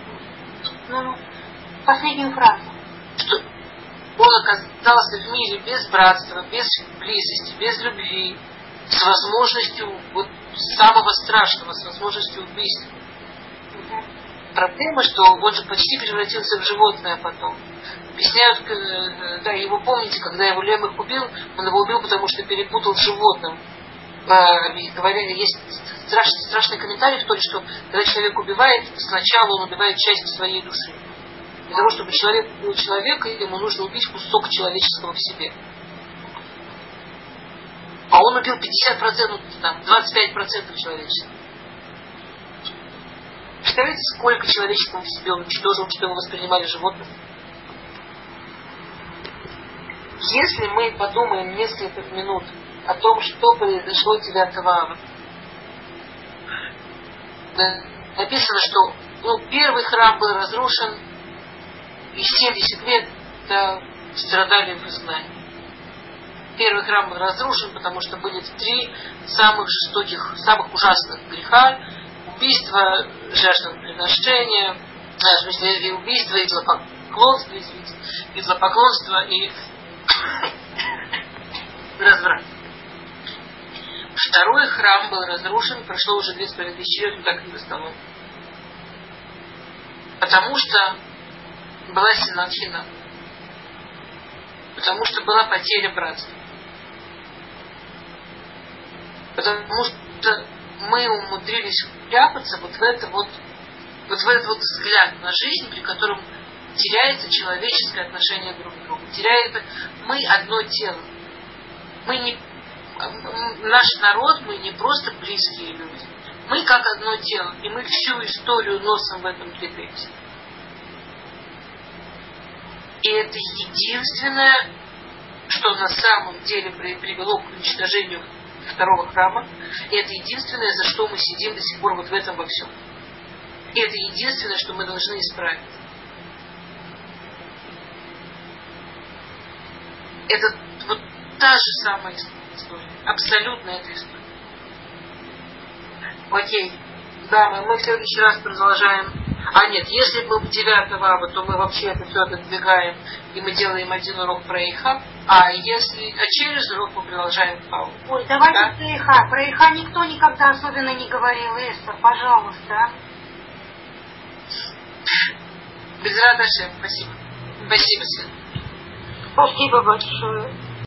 последнюю фразу. Что он оказался в мире без братства, без близости, без любви, с возможностью вот самого страшного, с возможностью убийства. Проблема, что он же почти превратился в животное потом. Объясняют, да, его помните, когда его лемех убил, он его убил, потому что перепутал с животным. Говорили, есть страшный комментарий в том, что когда человек убивает, сначала он убивает часть своей души. Для того, чтобы человек был человеком, ему нужно убить кусок человеческого в себе. А он убил 50%, там, 25% человечества. Представляете, сколько человеческого в себе он уничтожил, что его воспринимали животных? Если мы подумаем несколько минут о том, что произошло 9 ава, написано, что первый храм был разрушен, и 70 лет страдали в изгнании. Первый храм был разрушен, потому что были 3 самых жестоких, самых ужасных греха: убийство, жертвоприношение, в смысле убийство, идолопоклонство и разврат. Второй храм был разрушен, прошло уже 2500 лет, он так и не восстановлен. Потому что была синатхина. Потому что была потеря братства. Потому что мы умудрились вляпаться вот в этот взгляд на жизнь, при котором теряется человеческое отношение друг к другу. Теряется мы одно тело. Наш народ, мы не просто близкие люди. Мы как одно тело. И мы всю историю носом в этом двигаемся. И это единственное, что на самом деле привело к уничтожению второго храма. И это единственное, за что мы сидим до сих пор вот в этом во всем. И это единственное, что мы должны исправить. Это вот та же самая история. Абсолютно эта история. Окей. Да, мы в следующий раз продолжаем. А нет, если мы в 9 ава, то мы вообще это все отодвигаем, и мы делаем один урок про Иха. А через урок мы продолжаем Паву. Ой, давайте да? Про Иха. Про Иха никто никогда особенно не говорил. Эстер, пожалуйста. Без радости. Спасибо. Спасибо, Свет. Спасибо большое.